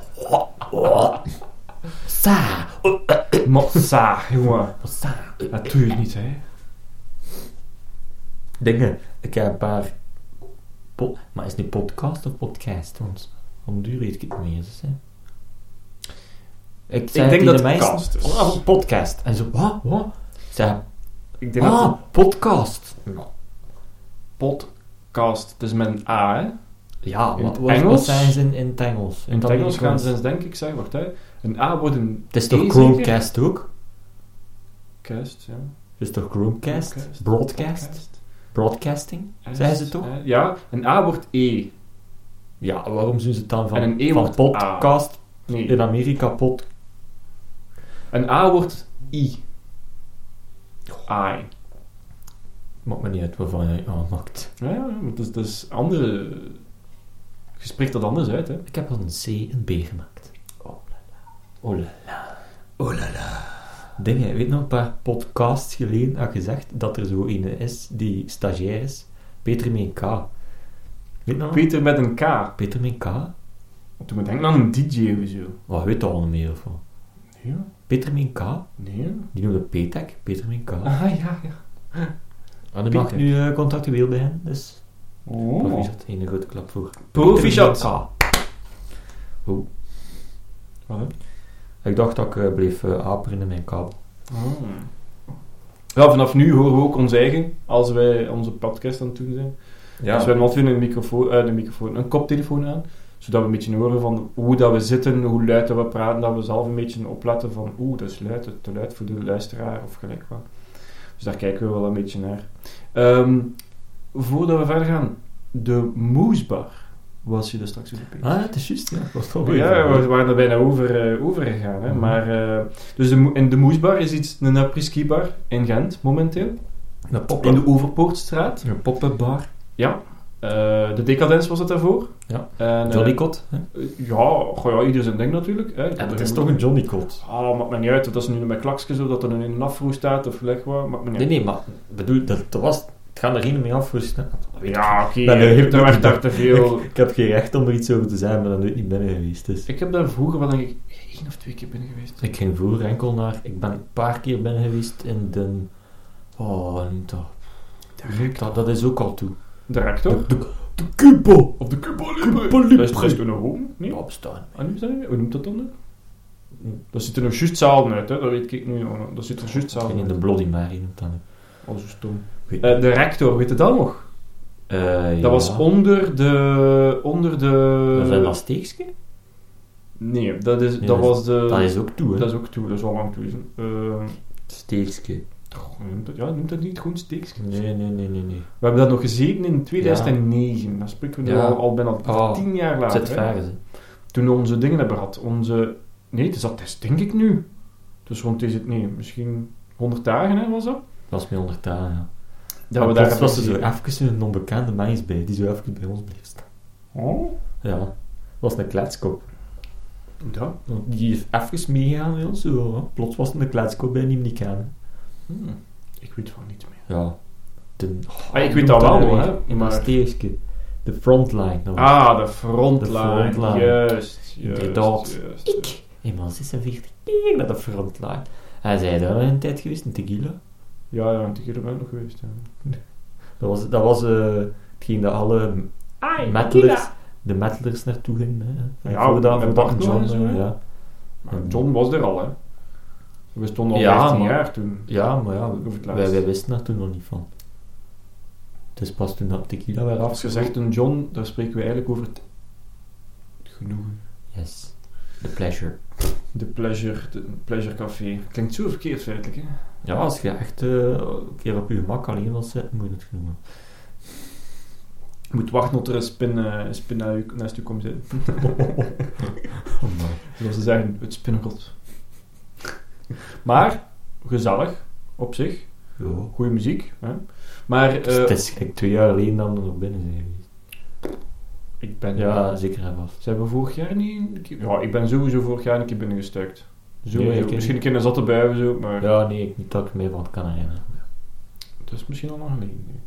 Sa! uit. Massa, jongen. Sa! Dat doe je niet, hè. Dingen, ik heb een paar... maar is het nu podcast of podcast? Want om duur weet ik het niet meer. Dus, hè. Ik zei denk tegen dat de het meesten, cast is. een podcast. En zo, wat? Ik zei, Ik denk dat podcast. podcast, het is met een A, hè. Ja, In het wat Engels? zijn ze in het Engels? In het Engels gaan ze denk ik zeggen, wacht, hè. Een A wordt een Het is toch E, Chromecast ook? Cast, ja. Het is toch Chromecast? Chromecast. Broadcast? Broadcasting? S, Zeggen ze toch? Ja, een A wordt E. Ja, waarom doen ze het dan van, En een E van wordt podcast Nee. in Amerika pod? Een A wordt I. I. Maakt me niet uit waarvan je aanmaakt. Ja, maar dat is andere... Je spreekt dat anders uit, hè. Ik heb al een C en B gemaakt. Oh la la. Oh la la. Dingen, weet nog, een paar podcasts geleden had gezegd dat er zo een is die stagiair is. Peter met een K. Weet nog? Peter met een K. Peter met een K? Toen moet denken aan een DJ of zo. Wat weet je al niet meer of wat? Nee, Peter met een K? nee. Die noemde Petek, Peter met een K. Ah, ja. En die mag Petek. nu contractueel bij hen, dus... Oh. Proficiat, een grote klap voor. Proficiat. Peter met een K. Hoe? Wat, hè? Ik dacht dat ik bleef aperen in mijn kabel. Oh. Ja, vanaf nu horen we ook ons eigen, als wij onze podcast aan het doen zijn. Ja. Dus we hebben altijd een koptelefoon aan, zodat we een beetje horen van hoe dat we zitten, hoe luid dat we praten, dat we zelf een beetje opletten van dat is luid, te luid voor de luisteraar of gelijk wat. Dus daar kijken we wel een beetje naar. Voordat we verder gaan, de Moesbar was je daar straks weer op. Het is juist, ja. Dat was toch Ja, we waren er bijna over gegaan. Hè. Mhm. Maar, dus in de Moesbar is iets, een après-ski bar in Gent, momenteel. In de Overpoortstraat. Een pop-up-bar. Ja. De Decadence was het daarvoor. Ja. En, Johnny Cot. ja, ieder zijn ding natuurlijk. Hè. Ja, het is toch een Johnny Cot. Maakt me niet uit. Dat is nu met klakjes zo, dat er in een afro staat of gelijk wat. Maakt me niet uit. Nee, maar bedoel, dat was... Het gaat er geen mee afrusten. Ja, oké. Ben Ik heb er- er echt daar te veel... Ik heb geen recht om er iets over te zeggen, maar dan nooit niet binnen geweest. Dus. Ik heb daar vroeger wel denk ik 1 of 2 keer binnen geweest. Ik ging vroeger enkel naar... Ik ben een paar keer binnen geweest in de... hoe noemt dat? Dat is ook al toe. De rector? De Cubo! Of de Cuba Cuba Libre. Libre. Dat is toen nog home? Nee? Ja, bestaan. Ah, niet bestaan? Hoe noemt dat dan? Dat ziet er nog juist zalen uit, hè? Dat weet ik nu. Dat ziet er juist Ik zalen in uit. de Bloody Mary noemt dat. Al zo stom. Weet- De rector, weet je dat nog? Dat was onder de... Dat is een steekje? Nee, dat Nee, was de... Dat is ook toe, hè. Dat is ook toe, dat is al lang toe. Steekske. Noemt dat niet gewoon steekje? Nee. We hebben dat nog gezeten in 2009. Dan spreken we nu Ja. al bijna 10 jaar later. Zet hè. ver, hè. Toen we onze dingen hebben gehad. Nee, het is denk ik nu. Dus rond misschien 100 dagen, hè, was dat? Dat was met 100 dagen, ja. Dat we daar daar was er zo hebben even een onbekende mens bij, die zo even bij ons bleef staan. Oh? Ja, dat was een kletskop. Ja. Die is even meegegaan bij ons, zo. Hè. Plots was het een kletskop bij die hem niet kennen. Ik weet van niets meer. Ja. Ik weet dat wel nog, hè. Maar Maar... steekje. De frontline. nog. De frontline. De frontline. Juist. Inderdaad. Eenmaal 46 keer naar de frontline. Hij zei daar een tijd geweest, een tequila. Ja, een tequila ben ik nog geweest. Ja. Dat was hetgeen dat alle de metalers naartoe gingen. Hè. Ja, voordat met Bart nog John, en zo, hè. ja. Maar John was er al, hè. We stonden al Ja, 15 maar- jaar toen. Ja, maar ja, Over het laatst. wij wisten daar toen nog niet van. Dus pas toen dat tequila werd Als je zegt een John, daar spreken we eigenlijk over het genoegen. Yes. The pleasure. De pleasure café. Klinkt zo verkeerd feitelijk, hè. Ja, als je echt een keer op je gemak alleen wil zitten, moet je het genoemen. Je moet wachten tot er een spin naast je komt zitten. Zoals ze zeggen, het spinnenrot. Maar, gezellig, op zich. Ja. Goeie muziek. Hè? Maar, Het is gelijk 2 jaar geleden dat we er nog binnen zijn geweest. ik ben... Ja, zeker en vast. Zijn we vorig jaar niet een keer... Ja, ik ben sowieso vorig jaar een keer binnengestuikt. Nee, ik Misschien niet. een keer een zatte bui of zo, maar... Ja, nee, ik niet dat ik me van kan herinneren. Dat is misschien al lang geleden nu.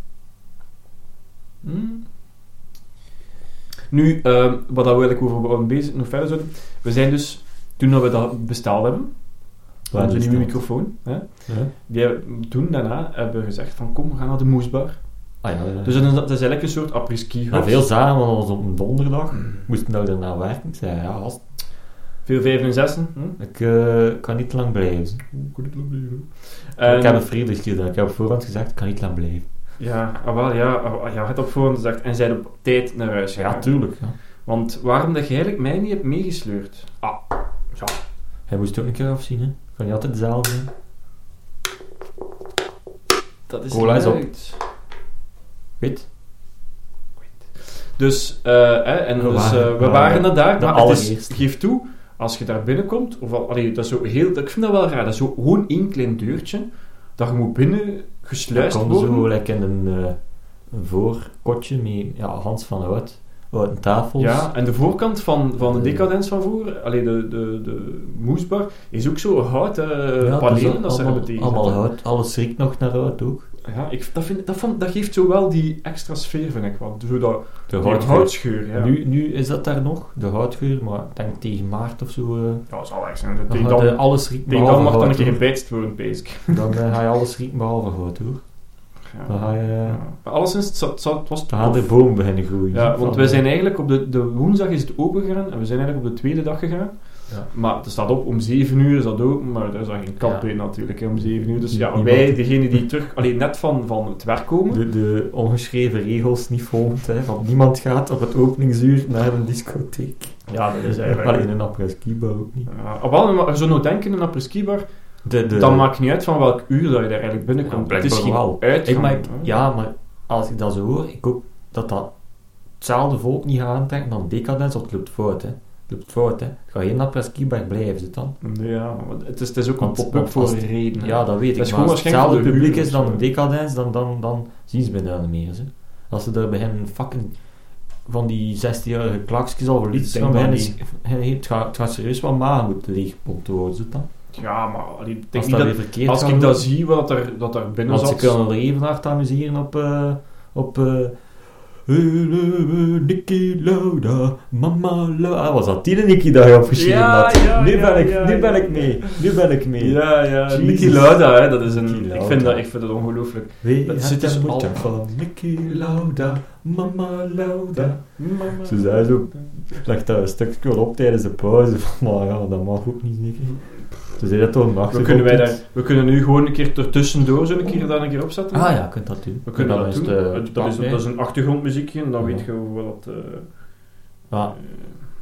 Nu, wat we eigenlijk over bezig nog verder zouden... We zijn dus, toen we dat besteld hebben, Waar onze is nieuwe dat? microfoon, hè, Ja? toen daarna hebben we gezegd van kom, we gaan naar de Moesbar. Ah ja. Dus dat is eigenlijk een soort après-ski. Na veel zagen, want dat was op een donderdag. Moesten nou daarna werken. Ik zei, ja, gast, Veel 5 en 6. ik kan niet lang blijven. Ik heb een vrijdag gedaan. Ik heb op voorhand gezegd, ik kan niet lang blijven. Ja, je had op voorhand gezegd en zijn op tijd naar huis gegaan. Ja, tuurlijk. Ja. Want waarom dat je eigenlijk mij niet hebt meegesleurd? Hij moest ook een keer afzien, hè. Kan niet altijd dezelfde zijn. Dat is Cola is op. luid. Weet? Dus, we waren waren er daar, de maar het is, allereerste. geef toe, als je daar binnenkomt, dat is zo heel, ik vind dat wel raar, dat is zo gewoon één klein deurtje, dat je moet binnen gesluist Dan worden. zo like in een voorkotje met Hans van Hout. Houten tafels. Ja, en de voorkant van de decadens van voor, de moesbar, is ook zo houten panelen dat ze hebben tegen. Allemaal hout. Alles riekt nog naar hout ook. Ja, dat geeft zo wel die extra sfeer, vind ik wel. Zo dat, De die houtscheur, ja. Nu is dat daar nog, de houtgeur, maar ik denk tegen maart of zo. Ja, dat zal echt zijn. Dan Tegen gaat, dan, alles riekt tegen dan behalve mag dan een hout, keer hoor. gebijtst worden, bezig. Dan ga je alles rieken behalve hout, hoor. Dan ga je... Ja. Maar alleszins, het was Dan gaan de tof. bomen beginnen groeien. Ja, want Van, wij zijn eigenlijk op de woensdag is het open gegaan en we zijn eigenlijk op de tweede dag gegaan. Ja. Maar het staat op, om 7 uur is dat open, maar daar is dan geen kap Ja. in natuurlijk, hè, om 7 uur. Dus ja, Niemand. wij, degene die terug, alleen net van het werk komen, de ongeschreven regels niet volgt, hè, van niemand gaat op het openingsuur naar een discotheek. ja, dat is eigenlijk... Alleen een après-ski bar ook niet. Ja, wel, maar zo nou denken in een après-ski bar, dan maakt niet uit van welk uur dat je daar eigenlijk binnenkomt. Ja, het is geen blijkbaar wel. uitgang. Maar als ik dat zo hoor, ik hoop dat hetzelfde volk niet gaat aantrekken dan Decadence, want het loopt fout, hè. Het loopt fout, hè. Het gaat geen après-ski bar blijven, zit dan. Ja, maar het is ook Want- een pop-up want voor als een het- reden. hè. Ja, dat weet Dat ik. is Maar gewoon als het waarschijnlijk hetzelfde voor de publiek huur is of dan zo. een Decadence, dan zien ze mij daar niet meer, hè. Als ze daar beginnen fucking van die 16-jarige klakjes al voor liedjes Ik gaan denk beginnen, het gaat serieus wat magen moeten leeggepompt worden, zit dan. Ja, maar allee, ik denk Als niet dat dat... weer verkeerd Als gaat ik dat worden. zie, wat er binnen Want ze zat... kunnen er even hard amuseren op Nicky Lauda, Mama Lauda. Was dat die Nicky dat je opgeschreven Ja, had? ja, nu ja, ben ik, ja, nu ben ja. ik mee. Nu ben ik mee. Ja, Jesus. Nicky Lauda, hè, dat is een... Nicky Ik Lauda. vind dat ongelooflijk. Wie Dat had zit dus de al- moed van Nicky Lauda, Mama Lauda. Ze zei zo, leg daar een stukje wel op tijdens de pauze. Van, maar ja, dat mag ook niet, Nicky. Ze zei dat toch een We kunnen nu gewoon een keer ertussendoor zo een keer opzetten. Ah ja, je kunt dat doen. We kunnen Dan dat is doen. het, dat is een achtergrondmuziekje en dan Ja. weet je hoe dat... Ja.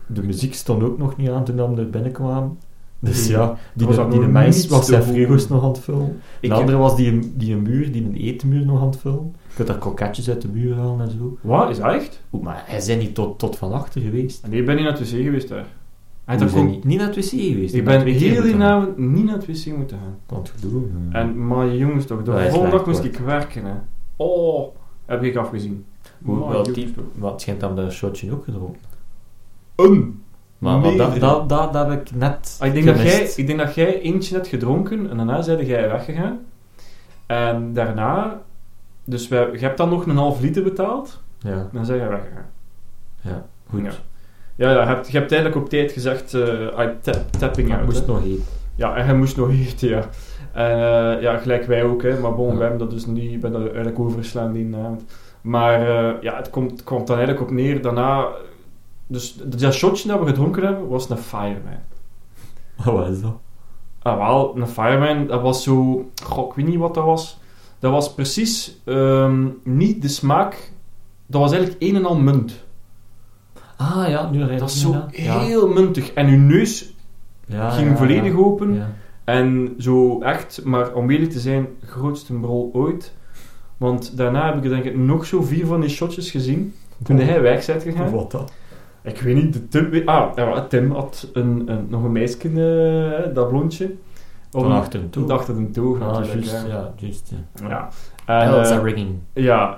de muziek stond ook nog niet aan toen we er binnenkwamen. Dus Nee, ja, die was dat nog mens niet was te zijn horen. frigo's nog aan het vullen. Ik De andere was die een etenmuur nog aan het vullen. Je kunt daar kroketjes uit de muur halen en zo. Wat? Is dat echt? Oeh, maar hij zijn niet tot van achter geweest. Nee, ik ben niet naar het wc geweest daar. Hij dat is komt- niet naar het wc geweest. Ik maar ben 2 keer heel die moeten gaan. avond niet naar het wc moeten gaan. Want doen. En, maar jongens toch, de Dat is volgende dag slecht, moest ik werken, hè. Oh, heb ik afgezien. Hoe, Maar wel, jongens, toch. wat het schijnt dat dat shotje ook gedronken. Maar Maar dat heb ik net ik denk dat jij eentje hebt gedronken en daarna zei jij weggegaan. En daarna, dus je hebt dan nog een half liter betaald Ja, en dan zijn jij weggegaan. ja, goed. Ja. Ja, je hebt eigenlijk op tijd gezegd, tapping Maar out. ik moest hè. nog eten. Ja, en hij moest nog eten, ja. En ja, gelijk wij ook, hè. Maar bon, Ja. wij hebben dat dus niet, ik ben dat eigenlijk overgeslaan die avond. Maar ja, het komt dan eigenlijk op neer, daarna... Dus dat shotje dat we gedronken hebben, was een Fireman. Wat is dat? Ah, wel, een Fireman, dat was zo... Goh, ik weet niet wat dat was. Dat was precies niet de smaak... Dat was eigenlijk een en al munt. Ah ja, nu rijdt Dat is zo heel muntig. En uw neus ging volledig open. Ja. En zo echt, maar om eerlijk te zijn, grootste brol ooit. Want daarna heb ik denk ik nog zo 4 van die shotjes gezien. Toen hij weg bent gegaan. Wat dat? Ik weet niet, Tim had nog een meisje, dat blondje. Van achter hem toe. Achter hem toe, Ah, natuurlijk. juist, hè. ja, juist. Ja. Ja. Elsa En, Rigging. ja,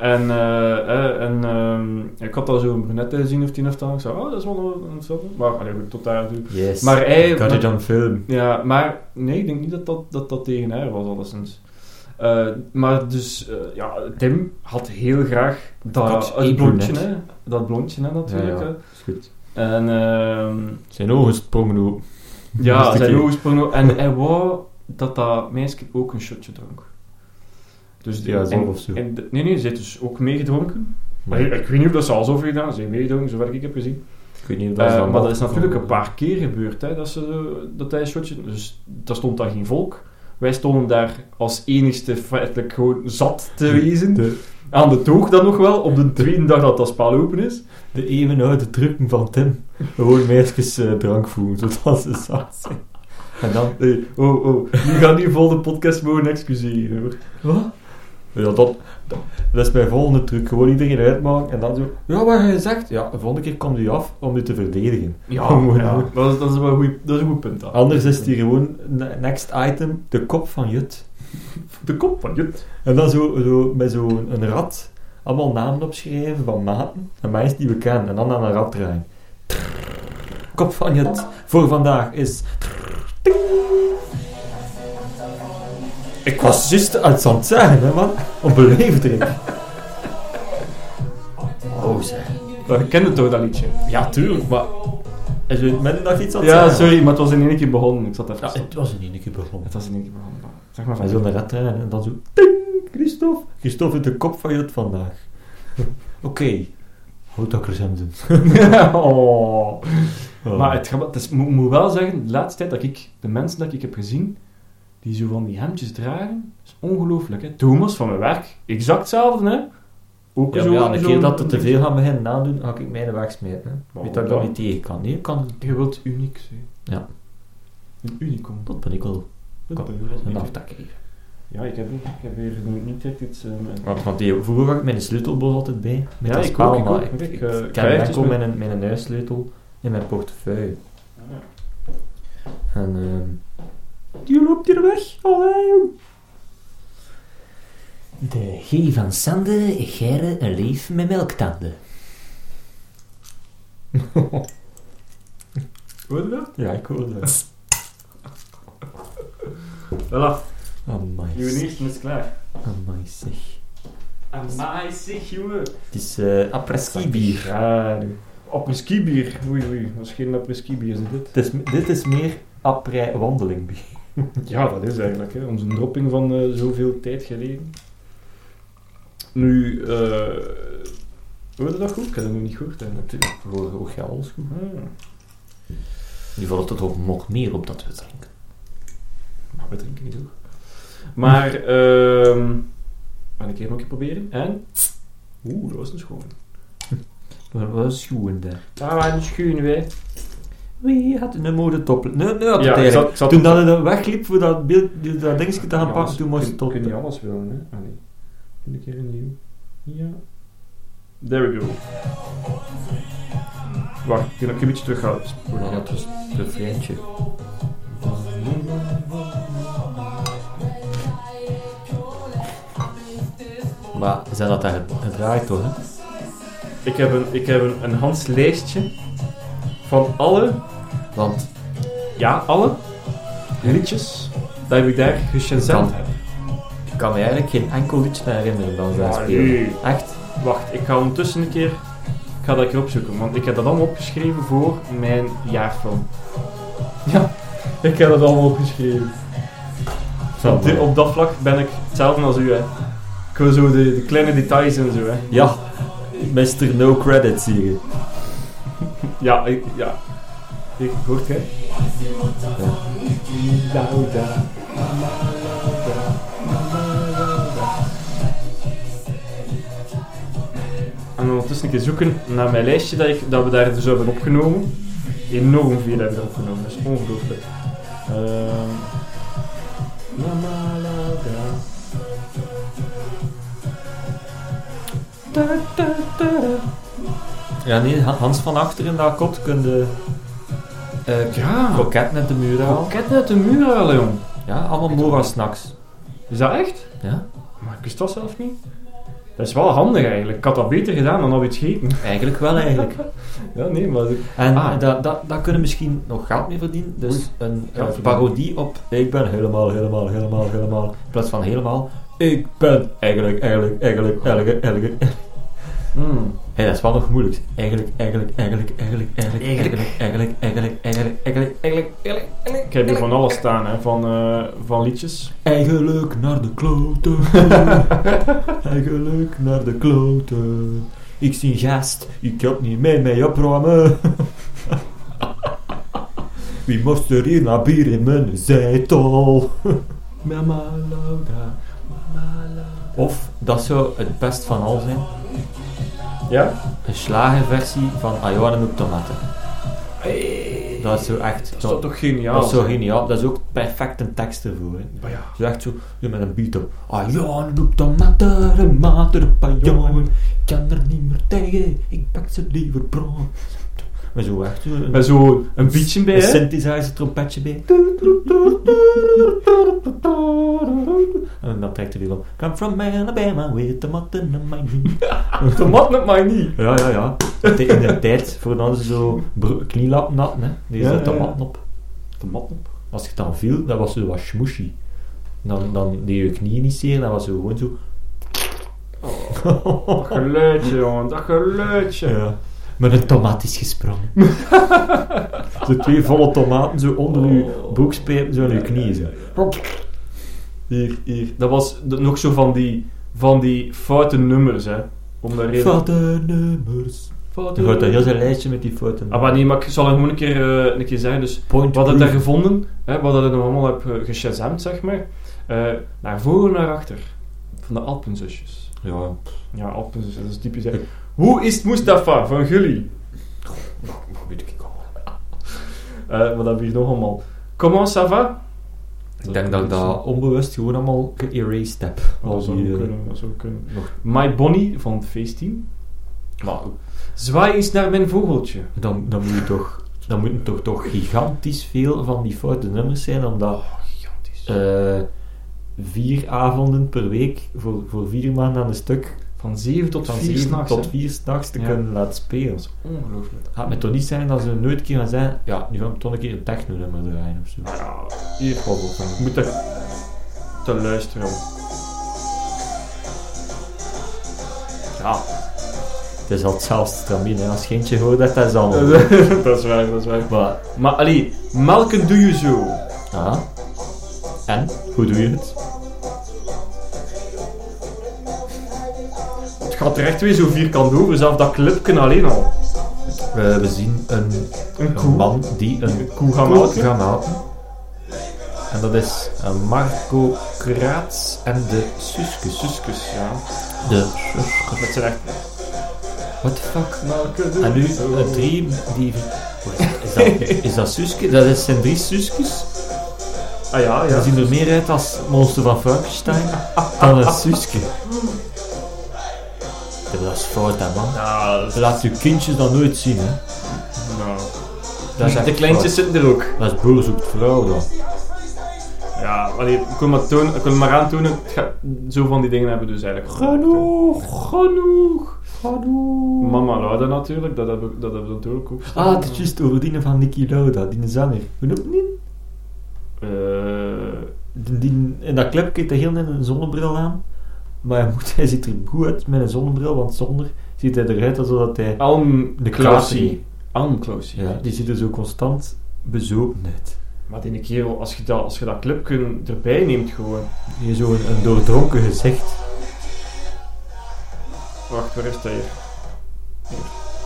en ik had al zo'n brunette gezien of 10 of 12. Ik zei, dat is wel een film. Maar allee, goed, tot daar toe. Yes. Maar hij- Got it on film. Ja, maar nee, ik denk niet dat tegen haar was, alleszins. Maar dus, ja, Tim had heel graag Had het één blondje, brunette. hè. Dat blondje, hè, natuurlijk. Ja, hè. ja. Is goed. En Zijn ogen sprongen open. ja, Moest zijn ik- ogen sprongen op. En hij wou dat meisje ook een shotje dronk. Dus Ja, zelf of zo. Nee, ze heeft dus ook meegedronken. Maar Ik weet niet of dat ze al zoveel gedaan. Ze heeft meegedronken, zover ik heb gezien. ik weet niet of dat Maar dat is natuurlijk een paar keer gebeurd, hè, dat hij een shotje... Dus daar stond daar geen volk. Wij stonden daar als enigste feitelijk gewoon zat te wezen. Aan de toog dan nog wel, op de tweede dag dat dat spel open is. De eeuwenoude trucken van Tim. Gewoon meisjes drank voeren, zodat ze zat zijn. En dan... Nee, nu gaat die vol de podcast mogen excuseren, hoor. Wat? Ja, dat is mijn volgende truc. Gewoon iedereen uitmaken en dan zo... Ja, wat heb je gezegd? Ja, de volgende keer komt hij af om je te verdedigen. Gewoon doen. Dat is wel een goed punt. Dan. Anders is die gewoon... Next item, de kop van Jut. De kop van Jut. En dan zo met zo'n rad allemaal namen opschrijven van maten en mensen die we kennen. En dan aan een rad draaien. Kop van Jut voor vandaag is... Ik was juist uit aan het zeggen, hè, man. Om beleefd erin. Oh, zeg. Je kent het toch, dat liedje? Ja, tuurlijk, maar... Is je midden nog iets aan het Ja, zeggen? sorry, maar het was in één keer begonnen. Ik zat even Ja, stil. het was in één keer begonnen. Het was in één keer begonnen. Zeg maar Met van zo'n rad draaien en dan zo... Ting, Christophe. Christophe is de kop van Jut vandaag. Oké. Houtakkers hem doen. oh. Maar het is, moet wel zeggen, de laatste tijd dat ik de mensen dat ik heb gezien die zo van die hemdjes dragen, is ongelooflijk. Hè? Thomas van mijn werk, exact hetzelfde, hè? Ook Ja, zo, maar ja, een zo- keer dat het te veel gaat beginnen nadoen, ga ik mij wegsmeten. Hè. Maar Weet dat ik dat dan? niet tegen kan. Nee, ik kan... Je wilt uniek zijn. Ja. Een unicum. Dat ben ik wel. Dat ben je Een wel. aftak even. Ja, ik heb hier niet echt iets... Want vroeger had ik mijn sleutelbos altijd bij. Met Ja, dat ik spel, ook, maar ik ik heb ken kaartjes enkel met- mijn huissleutel in mijn portefeuille. En die loopt hier weg. Allee. De G van Sande, Gerre een leef met melktanden. Hoor je dat? Ja, ik hoor dat. Voilà, Amai. uw eerste is klaar. Amai, zeg. Amai, zeg, jongen. Het is après-ski bier. Ja, après-ski bier. Oei, dat is geen après-ski bier, is dit? Dit is meer après-wandeling bier. Ja, dat is eigenlijk, hè. Onze dropping van zoveel tijd geleden. Nu, hoorde dat goed? Ik heb dat nog niet gehoord, hè. Natuurlijk, voor ga alles goed. Ah. Nu valt het ook nog meer op dat we drinken. Maar we drinken niet hoor. Maar, ga ik even nog een keer proberen. En? Dat was een schoon. Wat is schoen daar? Daar waren de schoenen weer. Wie had een modetop? Nee, had het Ja, eigenlijk. zat Toen dat hij wegliep voor dat beeld, dat dingetje te gaan pakken, toen moest het op. Kun je alles willen, hè? Allee. Doe een keer een nieuw. Ja. There we go. Wacht, ik heb een beetje terug gaan spoelen. Ja, het was het refreintje. Maar zijn dat daar gedraaid toch, hè? Ik heb een Hans lijstje van alle, Want alle liedjes dat ik daar geshazamd heb. ik kan me eigenlijk geen enkel liedje meer herinneren dan zij spelen. nee. Echt? Wacht, ik ga ondertussen een keer... Ik ga dat een keer opzoeken, want ik heb dat allemaal opgeschreven voor mijn jaarfilm. Ja, ik heb dat allemaal opgeschreven. Op dat vlak ben ik hetzelfde als u, hè. Ik wil zo de kleine details en zo, hè. Ja, Mr. No Credits hier. Ja, ja. Ik, hoort jij? En ondertussen een keer zoeken naar mijn lijstje dat we daar dus hebben opgenomen. Enorm veel hebben we opgenomen, dat is ongelooflijk. Ja, nee, Hans van achter in dat kot kun je kroket net de muur halen. Kroket uit de muur halen, jong. Ja, allemaal Mora-snacks. Is dat echt? Ja? Maar ik wist dat zelf niet. Dat is wel handig eigenlijk. Ik had dat beter gedaan dan had iets gegeten. Eigenlijk wel, eigenlijk. Ja, nee, maar... En daar kunnen we misschien nog geld mee verdienen. Dus een parodie op ik ben helemaal. In plaats van helemaal, ik ben eigenlijk. Hey, dat is wel nog moeilijk. Eigenlijk. Ik heb hier van alles staan, hè. Van liedjes. Eigenlijk naar de kloten. Eigenlijk naar de kloten. Ik zie gast, ik kan niet mee opruimen. Wie moest er hier naar bier in mijn zetel? Mama Laura. Of, dat zou het best van al zijn, Ja? een slagerversie van Ajoan op tomaten. Hey. Dat is zo echt... Dat is toch geniaal? Dat is zo geniaal. Dat is ook perfect een tekst ervoor. Hè. Maar ja. Zo echt zo, met een beat op. Ajoan op tomaten, mater op Ajoan. Ik kan er niet meer tegen, ik pak ze liever brood. Maar zo echt zo... Met zo een beatje bij, een hè? synthesizer trompetje bij. En dan trekt hij weer op. Come from Alabama with tomaten in my knee. Tomaten op mij niet. Ja. In de tijd, voordat ze zo knielappen hadden, hè. Deze tomaten op. Tomaten op? Als je dan viel, dat was zo wat smooshy. Dan deed je knieën niet zeer, dat was zo gewoon zo... Dat geluidje, jongen. Dat geluidje. Ja. Met een tomaat is gesprongen. Zo 2 volle tomaten zo onder je broekspijpen, zo in je knieën. Zo. Hier. Dat was nog zo van die foute nummers, hè. Om daar reden... Foute nummers. Je gaat dat heel zijn lijstje met die fouten. Ah, maar nee, maar ik zal hem gewoon een keer zeggen. Dus, Point wat heb proof. ik daar gevonden? Hè, wat ik nog allemaal heb geshazamd, zeg maar. Naar voren, naar achter. Van de Alpenzusjes. Ja. Ja, Alpenzusjes, dat is typisch. Hè. Hoe is het Mustafa van jullie? Weet ik al. Wat hebben we hier nog allemaal? Comment ça va? Ik denk dat ik dat onbewust gewoon allemaal geërased heb. Dat zou die, kunnen, dat zou kunnen. nog. My Bonnie van het feestteam. Maar Zwaai eens naar mijn vogeltje. dan moeten toch gigantisch veel van die foute nummers zijn, omdat Gigantisch. 4 avonden per week voor 4 maanden aan een stuk Van 7 tot van 4 7 s'nachts. tot 4 s'nachts te Ja. kunnen laten spelen. Dat is ongelooflijk. Gaat me toch niet zijn dat ze nooit een keer gaan zeggen, ja, nu gaan we toch een keer een techno-nummer draaien of zo. Ja, hier. Je moet er te luisteren. Ja. Het is al hetzelfde stramien, hè. Als je eentje hoort, dat is allemaal. Dat is waar. Maar, Maar allee, melken doe je zo. ja. En? Hoe doe je het? Het gaat er echt weer zo vierkant over, zelf dat clipje alleen al. We zien Een een koe. man die een koe gaat melken. gaat melken. En dat is Marco Kraats en de Suskus. Suskus, ja. De Suskus. Dat zijn echt... What the fuck? Maken de En nu, zo. 3, die... Is dat Suske? Dat zijn 3 Suskes. Ah ja, Die ja. zien er meer uit als Monster van Frankenstein dan een Suske. Ja, dat is fout, hè, man. Ja, dat is... Laat je kindjes dan nooit zien, hè. Nou. Dat is echt De kleintjes fout. zitten er ook. Dat is boer zoekt vrouw, dan. Ja, allee, ik wil maar aantonen, het gaat, zo van die dingen hebben we dus eigenlijk. Genoeg. Mama Lauda natuurlijk, dat hebben we natuurlijk ook staan. Ah, het is juist over die van Niki Lauda, die zanger. Hoe noemt die? Die in dat clip heeft hij heel net een zonnebril aan. Maar hij ziet er goed uit met een zonnebril, want zonder ziet hij eruit alsof hij... Alm De Klausie. Alm Klausie. Ja, die ziet er zo constant bezopen uit. Maar die kerel, als je dat clipje erbij neemt gewoon... Hier zo een doordronken gezicht. Wacht, waar is dat hier? Hier.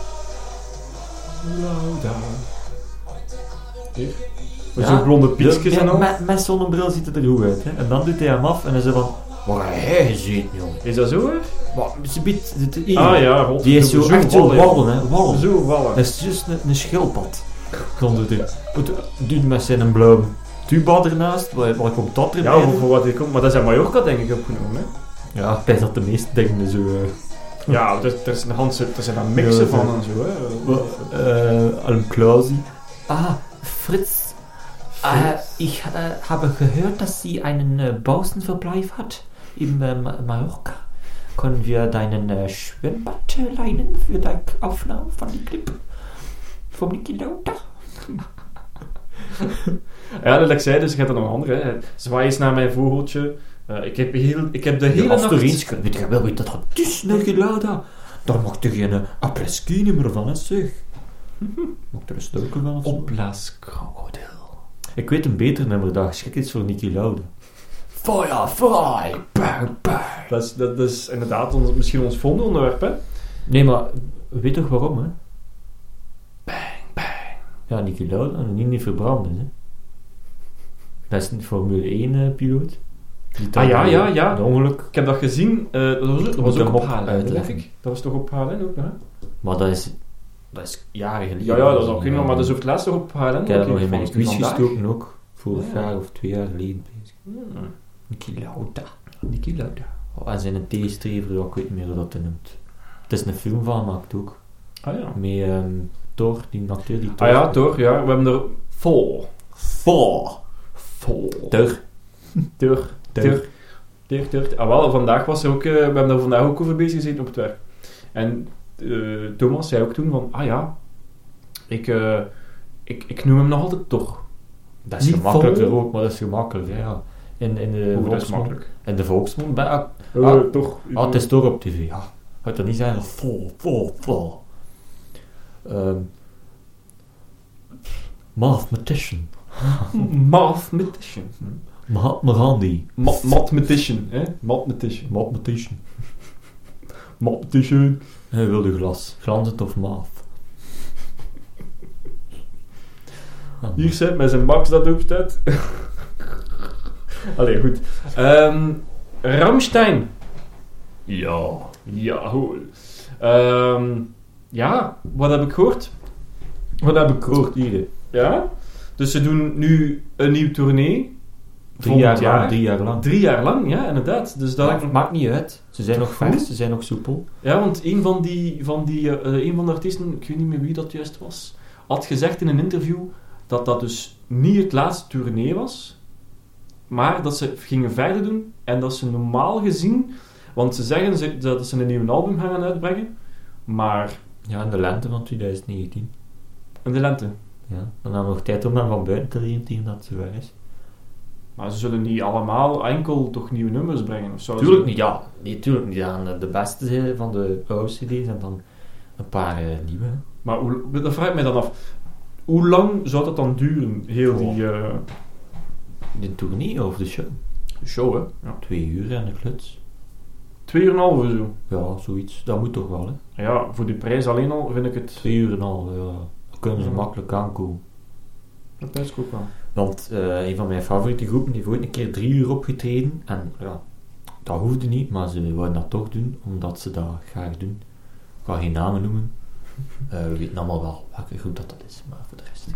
Lauda. Hier. Met zo'n blonde pietsjes en al. Met zonnebril ziet het er goed uit, hè. En dan doet hij hem af en dan is hij van... Waar hij gezien, jongen. Is dat zo, hè? Maar ze biedt... Ah ja, god. Die is zo echt zo wallen, hè. Wallen. Zo vallen. Dat is juist een schildpad. Zonder de... Doet met zijn blauwe tuba ernaast. Waar komt dat erbij? Ja, voor wat die komt. Maar dat is in Mallorca denk ik opgenomen, hè? Ja, ik denk dat de meeste dingen zo... Ja, er zijn een mixen Ja, van ja. en zo, hè. Alm Klausi. Ah, Fritz. Ich habe gehört, dass sie einen Baustenverbleib hat in Mallorca. Können wir deinen Schwimmbad leihen für die Aufnahme von die Clip? Van Niki Lauda? Ja, dat ik zei, dus je hebt er nog andere. Hè. Zwaai eens naar mijn vogeltje. Ik heb de hele nacht... Weet je wel wie dat is, Niki Lauda? Daar mag je geen apres-ski meer van, hè, zeg. Mag er een stoken van of zo? Opblaaskrokodil. Ik weet een beter nummer dat geschikt is voor Niki Lauda. Firefly! Bang, bang! Dat is inderdaad misschien ons volgende onderwerp, hè? Nee, maar weet toch waarom, hè? Bang, bang. Ja, Niki Lauda, niet verbranden, hè? Dat is een Formule 1 piloot. Ja. Een ongeluk. Ik heb dat gezien. Dat was hem ook op op HLN, uitleggen. denk ik. Dat was toch op HLN ook, hè? Maar dat is jaren geleden. Ja, dat is ook niet, maar dat is ook het laatste op HLN. Ik heb dat nog in mijn volgens quiz mij vandaag. gestoken ook. Vorig Ja. jaar of 2 jaar geleden bezig. Hmm. Niki Lauda. Niki Lauda. Oh, en zijn tegenstrever, ik weet niet meer hoe dat hij noemt. Het is een film van gemaakt ook. Ah ja. Met Thor, die acteur die Thor. Ah ja, toch, ja. We hebben er vol. Thor. Ah wel, vandaag was er ook... we hebben er vandaag ook over bezig gezeten op het werk. En Thomas zei ook toen van... Ah ja, ik noem hem nog altijd Thor. Dat is Niet gemakkelijker vol. ook, maar dat is gemakkelijk, hè, ja. In de Dat is volksmond. makkelijk. In de volksmond. Toch. Het is Thor op tv, ja. Gaat dat niet zijn? Vol. Mathematician. Mathematician. Mahatma Gandhi. Mathematician, hè? Mathematician. Mathematician. Hij wilde glas. Glanzend of math. Hier zit met zijn box dat opstaat. Allee, goed. Rammstein. Ja. Ja, hoor. Ja, wat heb ik gehoord? Hier. Ja? Dus ze doen nu een nieuw tournee. 3 jaar Volgend lang. 3 jaar lang. 3 jaar lang, ja, inderdaad. Dus dat... Maakt niet uit. Ze zijn nog Goed. vers, ze zijn nog soepel. Ja, want een van de artiesten, ik weet niet meer wie dat juist was, had gezegd in een interview dat dat dus niet het laatste tournee was, maar dat ze gingen verder doen en dat ze normaal gezien, want ze zeggen dat ze een nieuw album gaan uitbrengen, maar... Ja, in de lente van 2019. In de lente. Ja, dan hebben we nog tijd om hem van buiten te leren tegen dat het zover is. Maar ze zullen niet allemaal enkel toch nieuwe nummers brengen, of zo? Tuurlijk niet, ja. Nee, tuurlijk niet. Aan de beste zijn van de oude cd's en dan een paar nieuwe. Maar dat vraag ik mij dan af. Hoe lang zou dat dan duren, heel die De tournee of de show? show, hè? Ja. 2 uur en een kluts. 2,5 uur of zo. Ja, zoiets. Dat moet toch wel, hè? Ja, voor die prijs alleen al vind ik het... 2 uur en al, ja. Dan kunnen ze Ja. makkelijk aankomen. Dat is ook wel. Want een van mijn favoriete groepen die heeft ooit een keer 3 uur opgetreden. En ja, dat hoefde niet, maar ze wouden dat toch doen, omdat ze dat graag doen. ga geen namen noemen. We weten allemaal wel welke groen dat is, maar voor de rest.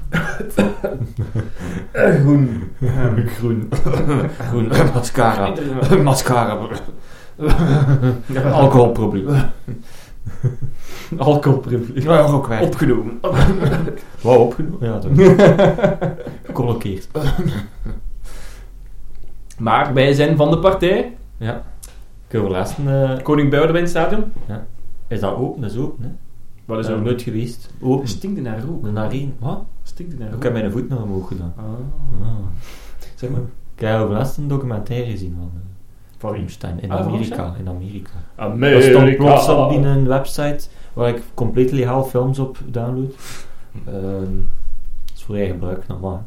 Groen. Groen. Groen. Mascara. Mascara. Alcoholprobleem. Alcoholprobleem. Ja, ook weg. Opgenomen. Wauw, opgenomen? Ja, dat gecolloqueerd. Maar wij zijn van de partij. Ja. Kunnen we laatste... Koning Boudewijn Stadion. Ja. Is dat open? Dat is open, hè? Wat is Dat is er nooit geweest. Open. Stinkte naar rook. De narine. Wat? Stinkte naar rook. Ik heb mijn voet nog omhoog gedaan. Ah. Zeg maar. Ik heb over laatst een documentaire gezien van wie? Rammstein in Ah, van Amerika. Rammstein? In Amerika. Amerika. Dat stond plots op in een website waar ik compleet legaal films op download. Dat is voor eigen gebruik, normaal.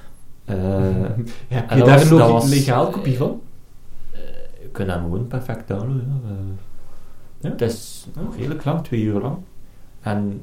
Heb en je dat daar was- nog dat een was- legaal kopie van? Je kunt dat gewoon perfect downloaden. Ja? Het is nog redelijk lang, 2 uur lang. En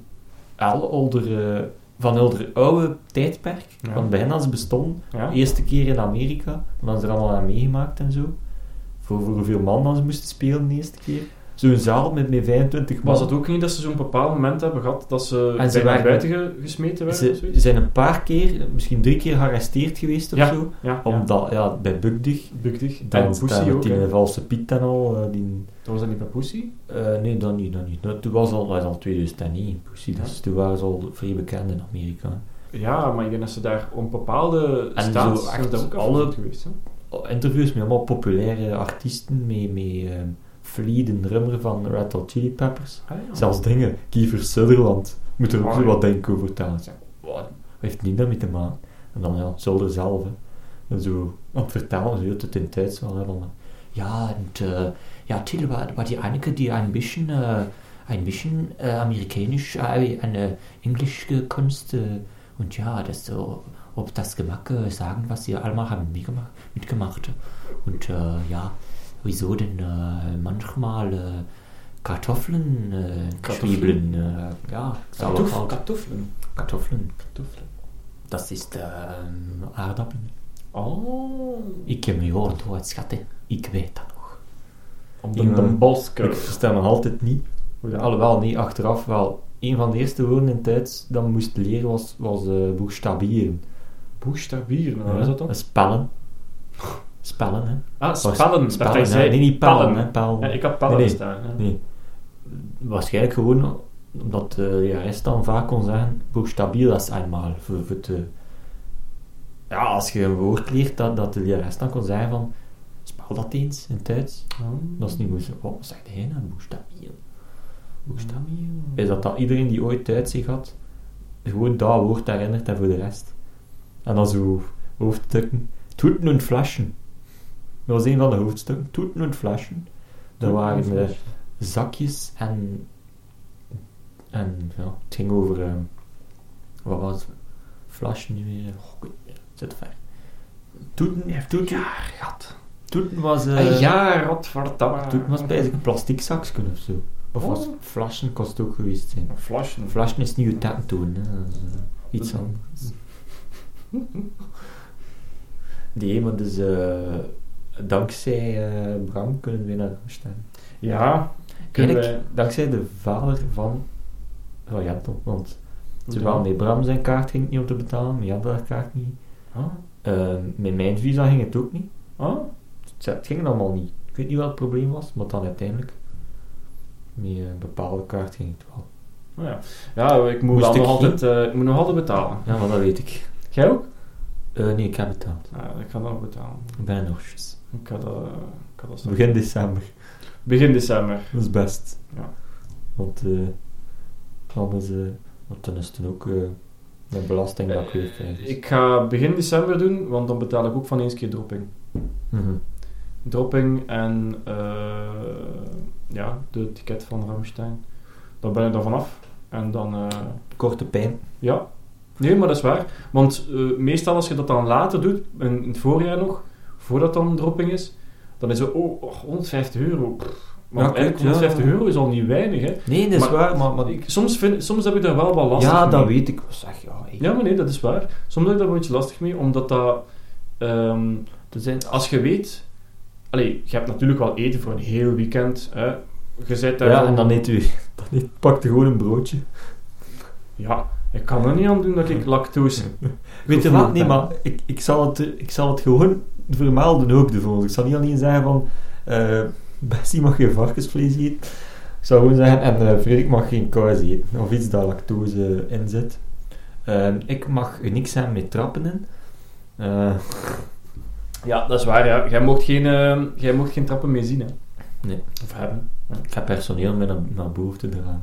van het oude tijdperk, Ja. van het begin als het bestond, Ja. de eerste keer in Amerika, en dan is er allemaal aan meegemaakt en zo. Voor hoeveel man dan ze moesten spelen de eerste keer. Zo'n zaal met 25 man. Was het ook niet dat ze zo'n bepaald moment hebben gehad dat ze En ze bijna werden- buiten gesmeten werden? of Ze zoiets? zijn een paar keer, misschien 3 keer gearresteerd geweest of Ja. zo. Ja, Omdat, ja, bij Bugdig, Bukdig. dan En staan Pussy we ook. die hè. valse Piet en al. Dat was dat niet bij Pussy? Nee, dat niet. Toen was al 2009, Pussy. Ja. Dus toen waren ze al vrij bekend in Amerika. Ja, maar ik denk dat ze daar op bepaalde En staats zo zijn echt daar ook alle- alle geweest. Hè? Interviews met allemaal populaire artiesten, met Flea, de drummer van Red Hot Chili Peppers. Ah, ja. Zelfs dingen, Kiefer Sutherland. Moet er ook Ah, zo ja. wat denken over vertellen. Zeg, wat heeft niet daarmee te maken? En dan, ja, Zolder zelf, hè. En zo aan het vertellen, zo heel het in het Duits wel, hè, van... Ja, und, ja, Till war die einige, die ein bisschen amerikanisch, Englisch Kunst, und ja, das so, ob das Gemacht sagen, was sie allemaal haben mitgemacht. Und, ja, wieso denn manchmal Kartoffeln zwiebeln, ja, Sauerkraut. Kartoffeln. Kartoffeln. Das ist aardappelen. Oh. Ik heb me gehoord, hoor, schatten. Ik weet dat nog. Op de Bosko. Ik versta nog altijd niet. Alhoewel, nee, achteraf wel. Een van de eerste woorden in het Duits dat we moesten leren was boekstabieren. Boekstabieren, wat is dat dan? Spellen. Spellen, hè. Ah, spellen. Spellen, Dat hè. zei Nee, niet pellen, hè. Pellen. Ja, ik had pellen Nee. staan. Ja. Nee. Waarschijnlijk gewoon omdat de rest dan vaak kon zeggen boekstabier dat is eenmaal. Voor te... Ja, als je een woord leert, dat de rest dan kon zeggen van spel dat eens in het Duits. Dat is niet moeilijk. Wat zegt hij nou? Boekstabier. Is dat iedereen die ooit Duits heeft gehad, gewoon dat woord herinnert en voor de rest. En dan zo hoofdstukken. Toeten en flaschen. Dat was een van de hoofdstukken. Toeten en flaschen. Er waren zakjes en ja, het ging over wat was het? Flaschen nu weer. Zit ver. Toeten Gat. Toeten was Rotverdamme. Toeten was bij een plastic zakje of zo. Of was het flaschen kost ook geweest zijn. Flaschen. Flaschen is niet uw tattoo, hè. Dat is iets anders. Nee, maar dus dankzij Bram kunnen we naar staan. Ja. Kunnen Eigenlijk, wij... dankzij de vader van Jentel, want zowel Ja. met Bram zijn kaart ging het niet om te betalen, met Jentel haar kaart niet. Ah. Met mijn visa ging het ook niet. Ah. Het ging allemaal niet. Ik weet niet wat het probleem was, maar dan uiteindelijk met een bepaalde kaart ging het wel. Oh, ja. Ja, ik moet Moest wel ik nog altijd, ik moet nog altijd betalen. Ja, maar dat weet ik. Jij ook? Nee, ik heb betaald. Ja, ik ga dat nog betalen. Ik ben nog eens. Ik ga dat straks- Begin december. Begin december. Dat is best. Ja. Want anders, want dan is het ook met belasting dat ik weer krijg. Ik ga begin december doen, want dan betaal ik ook van eens keer dropping. Mhm. Dropping en ja, de ticket van Rammstein. Dan ben ik er vanaf. En dan... Korte pijn. ja. Nee, maar dat is waar. Want meestal als je dat dan later doet, in het voorjaar nog, voordat dan dropping is, dan is het €150. Pff. Maar Ja, eigenlijk klopt, ja. €150 is al niet weinig, hè. Nee, dat is waar, maar Soms heb ik daar wel wat lastig ja, mee. dat weet ik. Zeg, ja, Ja, maar nee, dat is waar. Soms heb ik daar een beetje lastig mee, omdat dat... als je weet... Allee, je hebt natuurlijk wel eten voor een heel weekend. Hè. Je zit daar ja, dan- en dan eet u. Nee, ik pakte gewoon een broodje. Ja, ik kan er niet aan doen dat ik lactose... Weet je wat? Nee, maar ik zal het gewoon vermelden ook, de volgende. Ik zal niet alleen zeggen van... Bessie mag geen varkensvlees eten. Ik zal gewoon zeggen... En Frederik mag geen kaas eten. Of iets dat lactose in zit. Ik mag niks hebben met trappen in. Ja, dat is waar, ja. Jij mocht geen trappen meer zien, hè. Nee. Of hebben. Ja. Ik heb personeel met naar boven te dragen.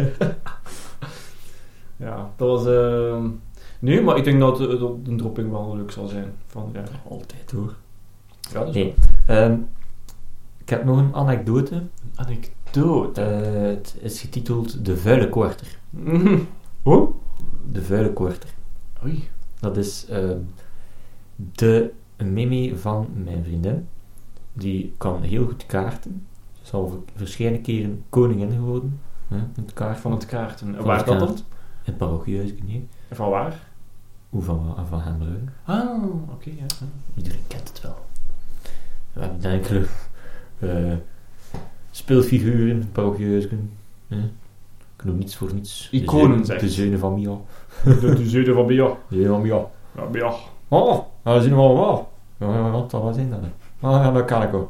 Ja, dat was... Nee, maar ik denk dat de dropping wel leuk zal zijn. Van, ja. Altijd hoor. Ja, dat is Nee. Ik heb nog een anekdote. anekdote. Het is getiteld De Vuile Kwarter. Hoe? De Vuile Kwarter. Oei. Dat is de mimi van mijn vriendin. Die kan heel goed kaarten. Ze is al verschillende keren koningin geworden. Hè, in het kaart Van het kaarten. Van Waar het dat kaart. dan? In het parochiehuis, nee. Van waar? Hoe van Hembrugge. Ah, oké, ja. Iedereen kent het wel. We hebben enkele speelfiguren in het parochiehuis. Ik noem niets voor niets. Iconen, zeg. De zeunen van Mia. De zuiden van Bia. De zeunen van Mia. Ja, Bia. Oh, de zeunen van Mia. Ja, wat was in dat? Ja, dat kan ik ook.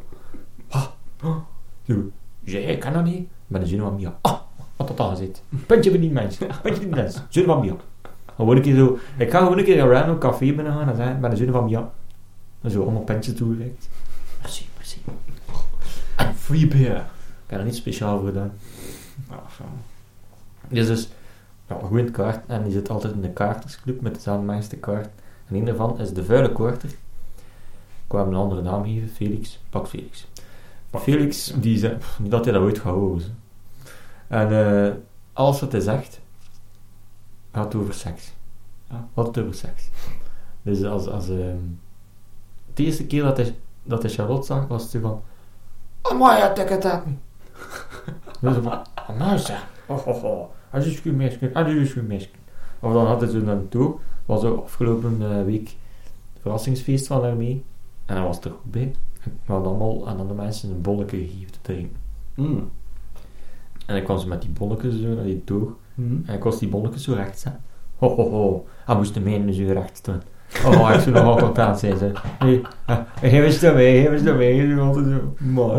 Ik kan dat niet. Ik ben de zeunen van Mia. Wat dat al gezegd. Puntje voor die mensen. Puntje voor die mensen. Zeunen van Mia. Dan word ik zo... Ik ga gewoon een keer een random café binnen gaan en zeggen, ik ben de zeunen van Mia. En zo allemaal pentjes toegereikt. Merci. Free beer. Ik heb er niet speciaal voor gedaan. Ah, fijn. Dus ja, goed in het kaart. En die zit altijd in de kaartersclub met dezelfde meeste kaart. En een daarvan is de Vuile Kwarter. Ik wou hem een andere naam geven. Felix. Pak Felix. Felix, die zei niet dat hij dat ooit gaat horen. En alles wat hij zegt, gaat over seks. Ja. Altijd over seks. Dus als de eerste keer dat hij Charlotte zag, was het zo van... Amai, ja, tik het uit me. Dus van... Amai, zeg. Hij is goed meisje. Of dan had hij zo naar hem toe. Was er afgelopen week verrassingsfeest van daarmee. En hij was er goed bij. We hadden allemaal aan andere mensen een bolletje gegeven te drinken. Mm. En ik kwam zo met die bolletjes zo naar die toog. Mm. En ik was die bolletjes zo recht zetten. Hij moest de mijne zo recht staan. Ik zou nogal content zijn. Ze. Nee, geef eens door mij. Altijd zo.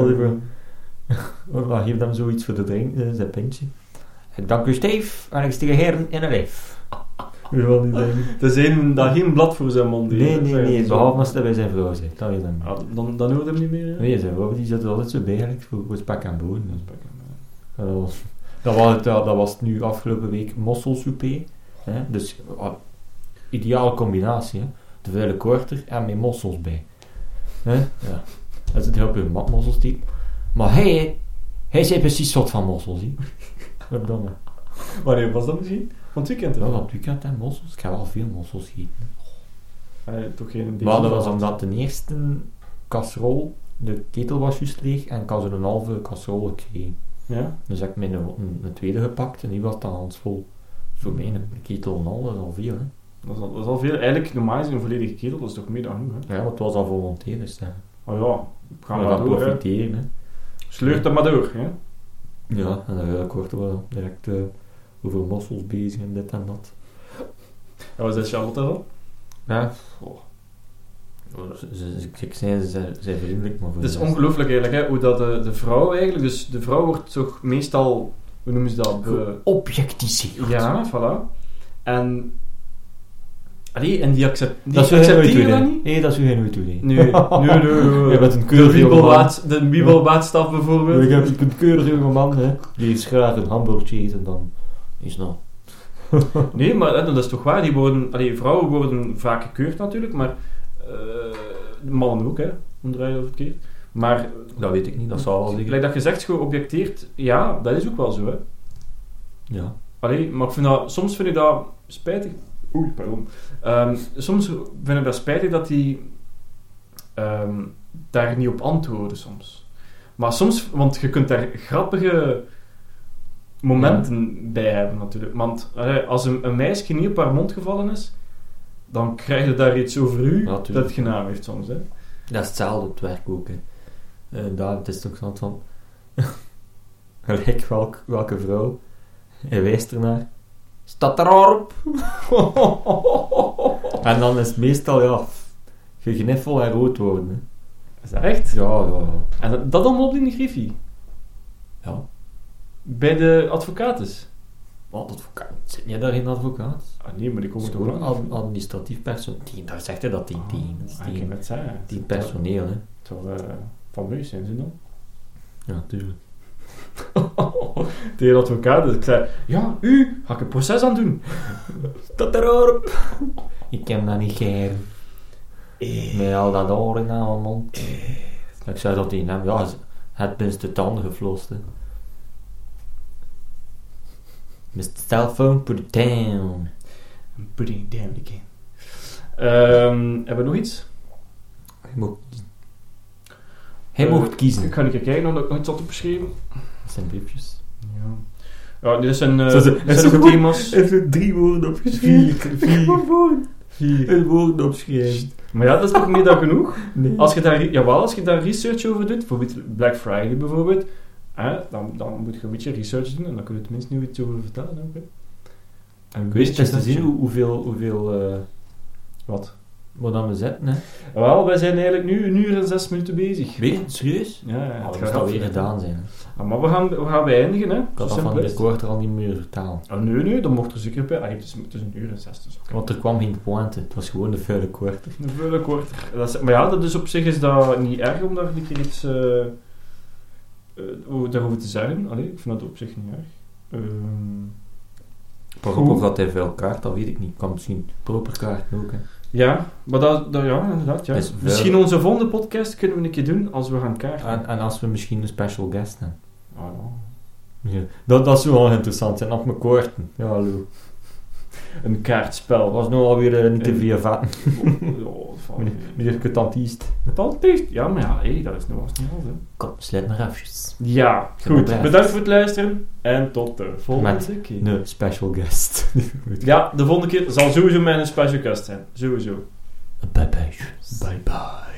Maar geef hem zoiets voor te drinken, zijn pintje. Ik dank u Steve, en ik stier heren in een lijf. Het is geen blad voor zijn mond. Nee, behalve als hij bij zijn vrouw zit. Dat is hem. Dan hoort hem niet meer. Ja? Nee, zijn vrouw die zit er altijd zo bij, eigenlijk, voor spek en bonen. Dus. Dat was het nu afgelopen week mosselsouper. Hè? Dus, ideale combinatie, hè? De Vuile Kwarter en met mossels bij. Hè? Ja. Dat zit heel veel matmossels die. Maar hij zei precies soort van mossels, hè? Verdomme. Wanneer was dat misschien? Van het weekend? Ja, van het weekend en mossels. Ik heb wel veel mossels gegeten. Toch geen Maar dat was omdat de eerste kasserol, de ketel was juist leeg en ik had zo'n halve kasserol gekregen. Ja? Dus heb ik mij een tweede gepakt en die was dan handvol. Voor mij een ketel en al, dat is al veel, hè. Dat is al veel. Eigenlijk, normaal is een volledige ketel, dat is toch meer dan genoeg, hè? Ja, maar het was al volonté, dus Oh ja, gaan we gaan door, hè. profiteren, hè. Sleurt dat maar door, hè. Ja, en dan heel kort wel direct over mossels bezig en dit en dat. Ja, was dat Charlotte wel? Ja. Ik zei, ze zijn vriendelijk, maar voor Het is de rest- ongelooflijk eigenlijk, hè, hoe dat de vrouw eigenlijk... Dus de vrouw wordt toch meestal... Hoe noemen ze dat? Geobjectiseerd. Ja, voilà. En... Allee, en die Dat is accepteren dat niet? Nee, dat is u geen toe. Nee. Je bent een De keurige man. Bibelbaatstaf bijvoorbeeld. Ik heb een keurige jonge man, hè. Die is graag een hamburgertje eten, dan is nou... Nee, maar hè, dat is toch waar. Vrouwen worden vaak gekeurd natuurlijk, maar... mannen ook, hè. Omdraaien of verkeerd. Maar... Dat weet ik niet, dat zal wel liggen. Gelijk dat je zegt, geobjecteerd, ja, dat is ook wel zo, hè. Ja. Allee, maar soms vind ik dat spijtig. Oei, pardon. Soms vind ik dat spijtig dat die daar niet op antwoorden soms. Maar soms, want je kunt daar grappige momenten bij hebben natuurlijk. Want als een meisje niet op haar mond gevallen is, dan krijg je daar iets over u dat het geen naam heeft soms. Hè. Dat is hetzelfde op het werk ook, hè. Daar, het is toch zo van... Gelijk welke vrouw. Hij wijst ernaar. Staat er al op? En dan is het meestal, ja, gegniffel en rood worden. Hè. Is dat echt? Ja. En dat allemaal op in de griffie? Ja. Bij de advocates? Wat advocaat? Zit jij daar geen advocaat? Ah nee, maar die komen toch Gewoon lang? administratief personeel. Daar zegt hij dat Ik kan het zeggen. die personeel, hè. Het zou fameus zijn, ze dan? Ja, tuurlijk. Tegen de advocaat, dus ik zei, ja, u, ga ik een proces aan doen. Staat er op? Ik heb dat niet gegeven. Met al dat oren aan mijn mond. Ik zei dat tegen hem, ja, het minste tanden geflost, hè. Mr. Cellphone, put it down. I'm putting it down again. Hebben we nog iets? Hij mocht kiezen. Ik ga een keer kijken of ik nog iets had opgeschreven. Dat zijn briefjes. Ja, dit zijn Hij heeft thema's. even 3 woorden opgeschreven. 4 woorden opgeschreven. Maar ja, dat is toch meer dan genoeg? Nee. Als je daar research over doet, bijvoorbeeld Black Friday bijvoorbeeld, dan moet je een beetje research doen en dan kun je tenminste nu iets over vertellen. Ook, hè. En Wees eens te zien hoeveel wat dan we zetten, hè. Wel, wij zijn eigenlijk nu 1 uur en 6 minuten bezig. Weet je, serieus? Ja, Dat moet alweer gedaan zijn. Hè. Ah, maar we gaan bij eindigen, hè. Ik had Zo dat van simpel de is het. recorder al niet meer vertalen. Ah, nee, dan mocht er zeker bij. Het is 1 uur en 6, dus. Want er kwam geen pointe. Het was gewoon de vuile quarter. Een vuile korter. Maar ja, dat is op zich is dat niet erg om daar een keer iets daarover te zeggen. Allee, ik vind dat op zich niet erg. Pas op of dat hij vuil kaart, dat weet ik niet. Kan misschien proper kaart ook, hè. Ja, maar dat ja, inderdaad. Ja. Is vuil. Misschien onze volgende podcast kunnen we een keer doen als we gaan kaarten. En als we misschien een special guest hebben. Ah, ja. Ja. Dat zou wel interessant zijn, op mijn koorten. Ja, hallo. Een kaartspel. Dat was nu alweer niet te veel vatten. Meneer Ketantist. Ja, maar ja, dat is nog eens niet alles. Kom, sluit maar afjes. Ja, goed. Bedankt voor het luisteren en tot de volgende keer. Een special guest. Ja, de volgende keer zal sowieso mijn special guest zijn. Sowieso. Bye bye. Bye bye.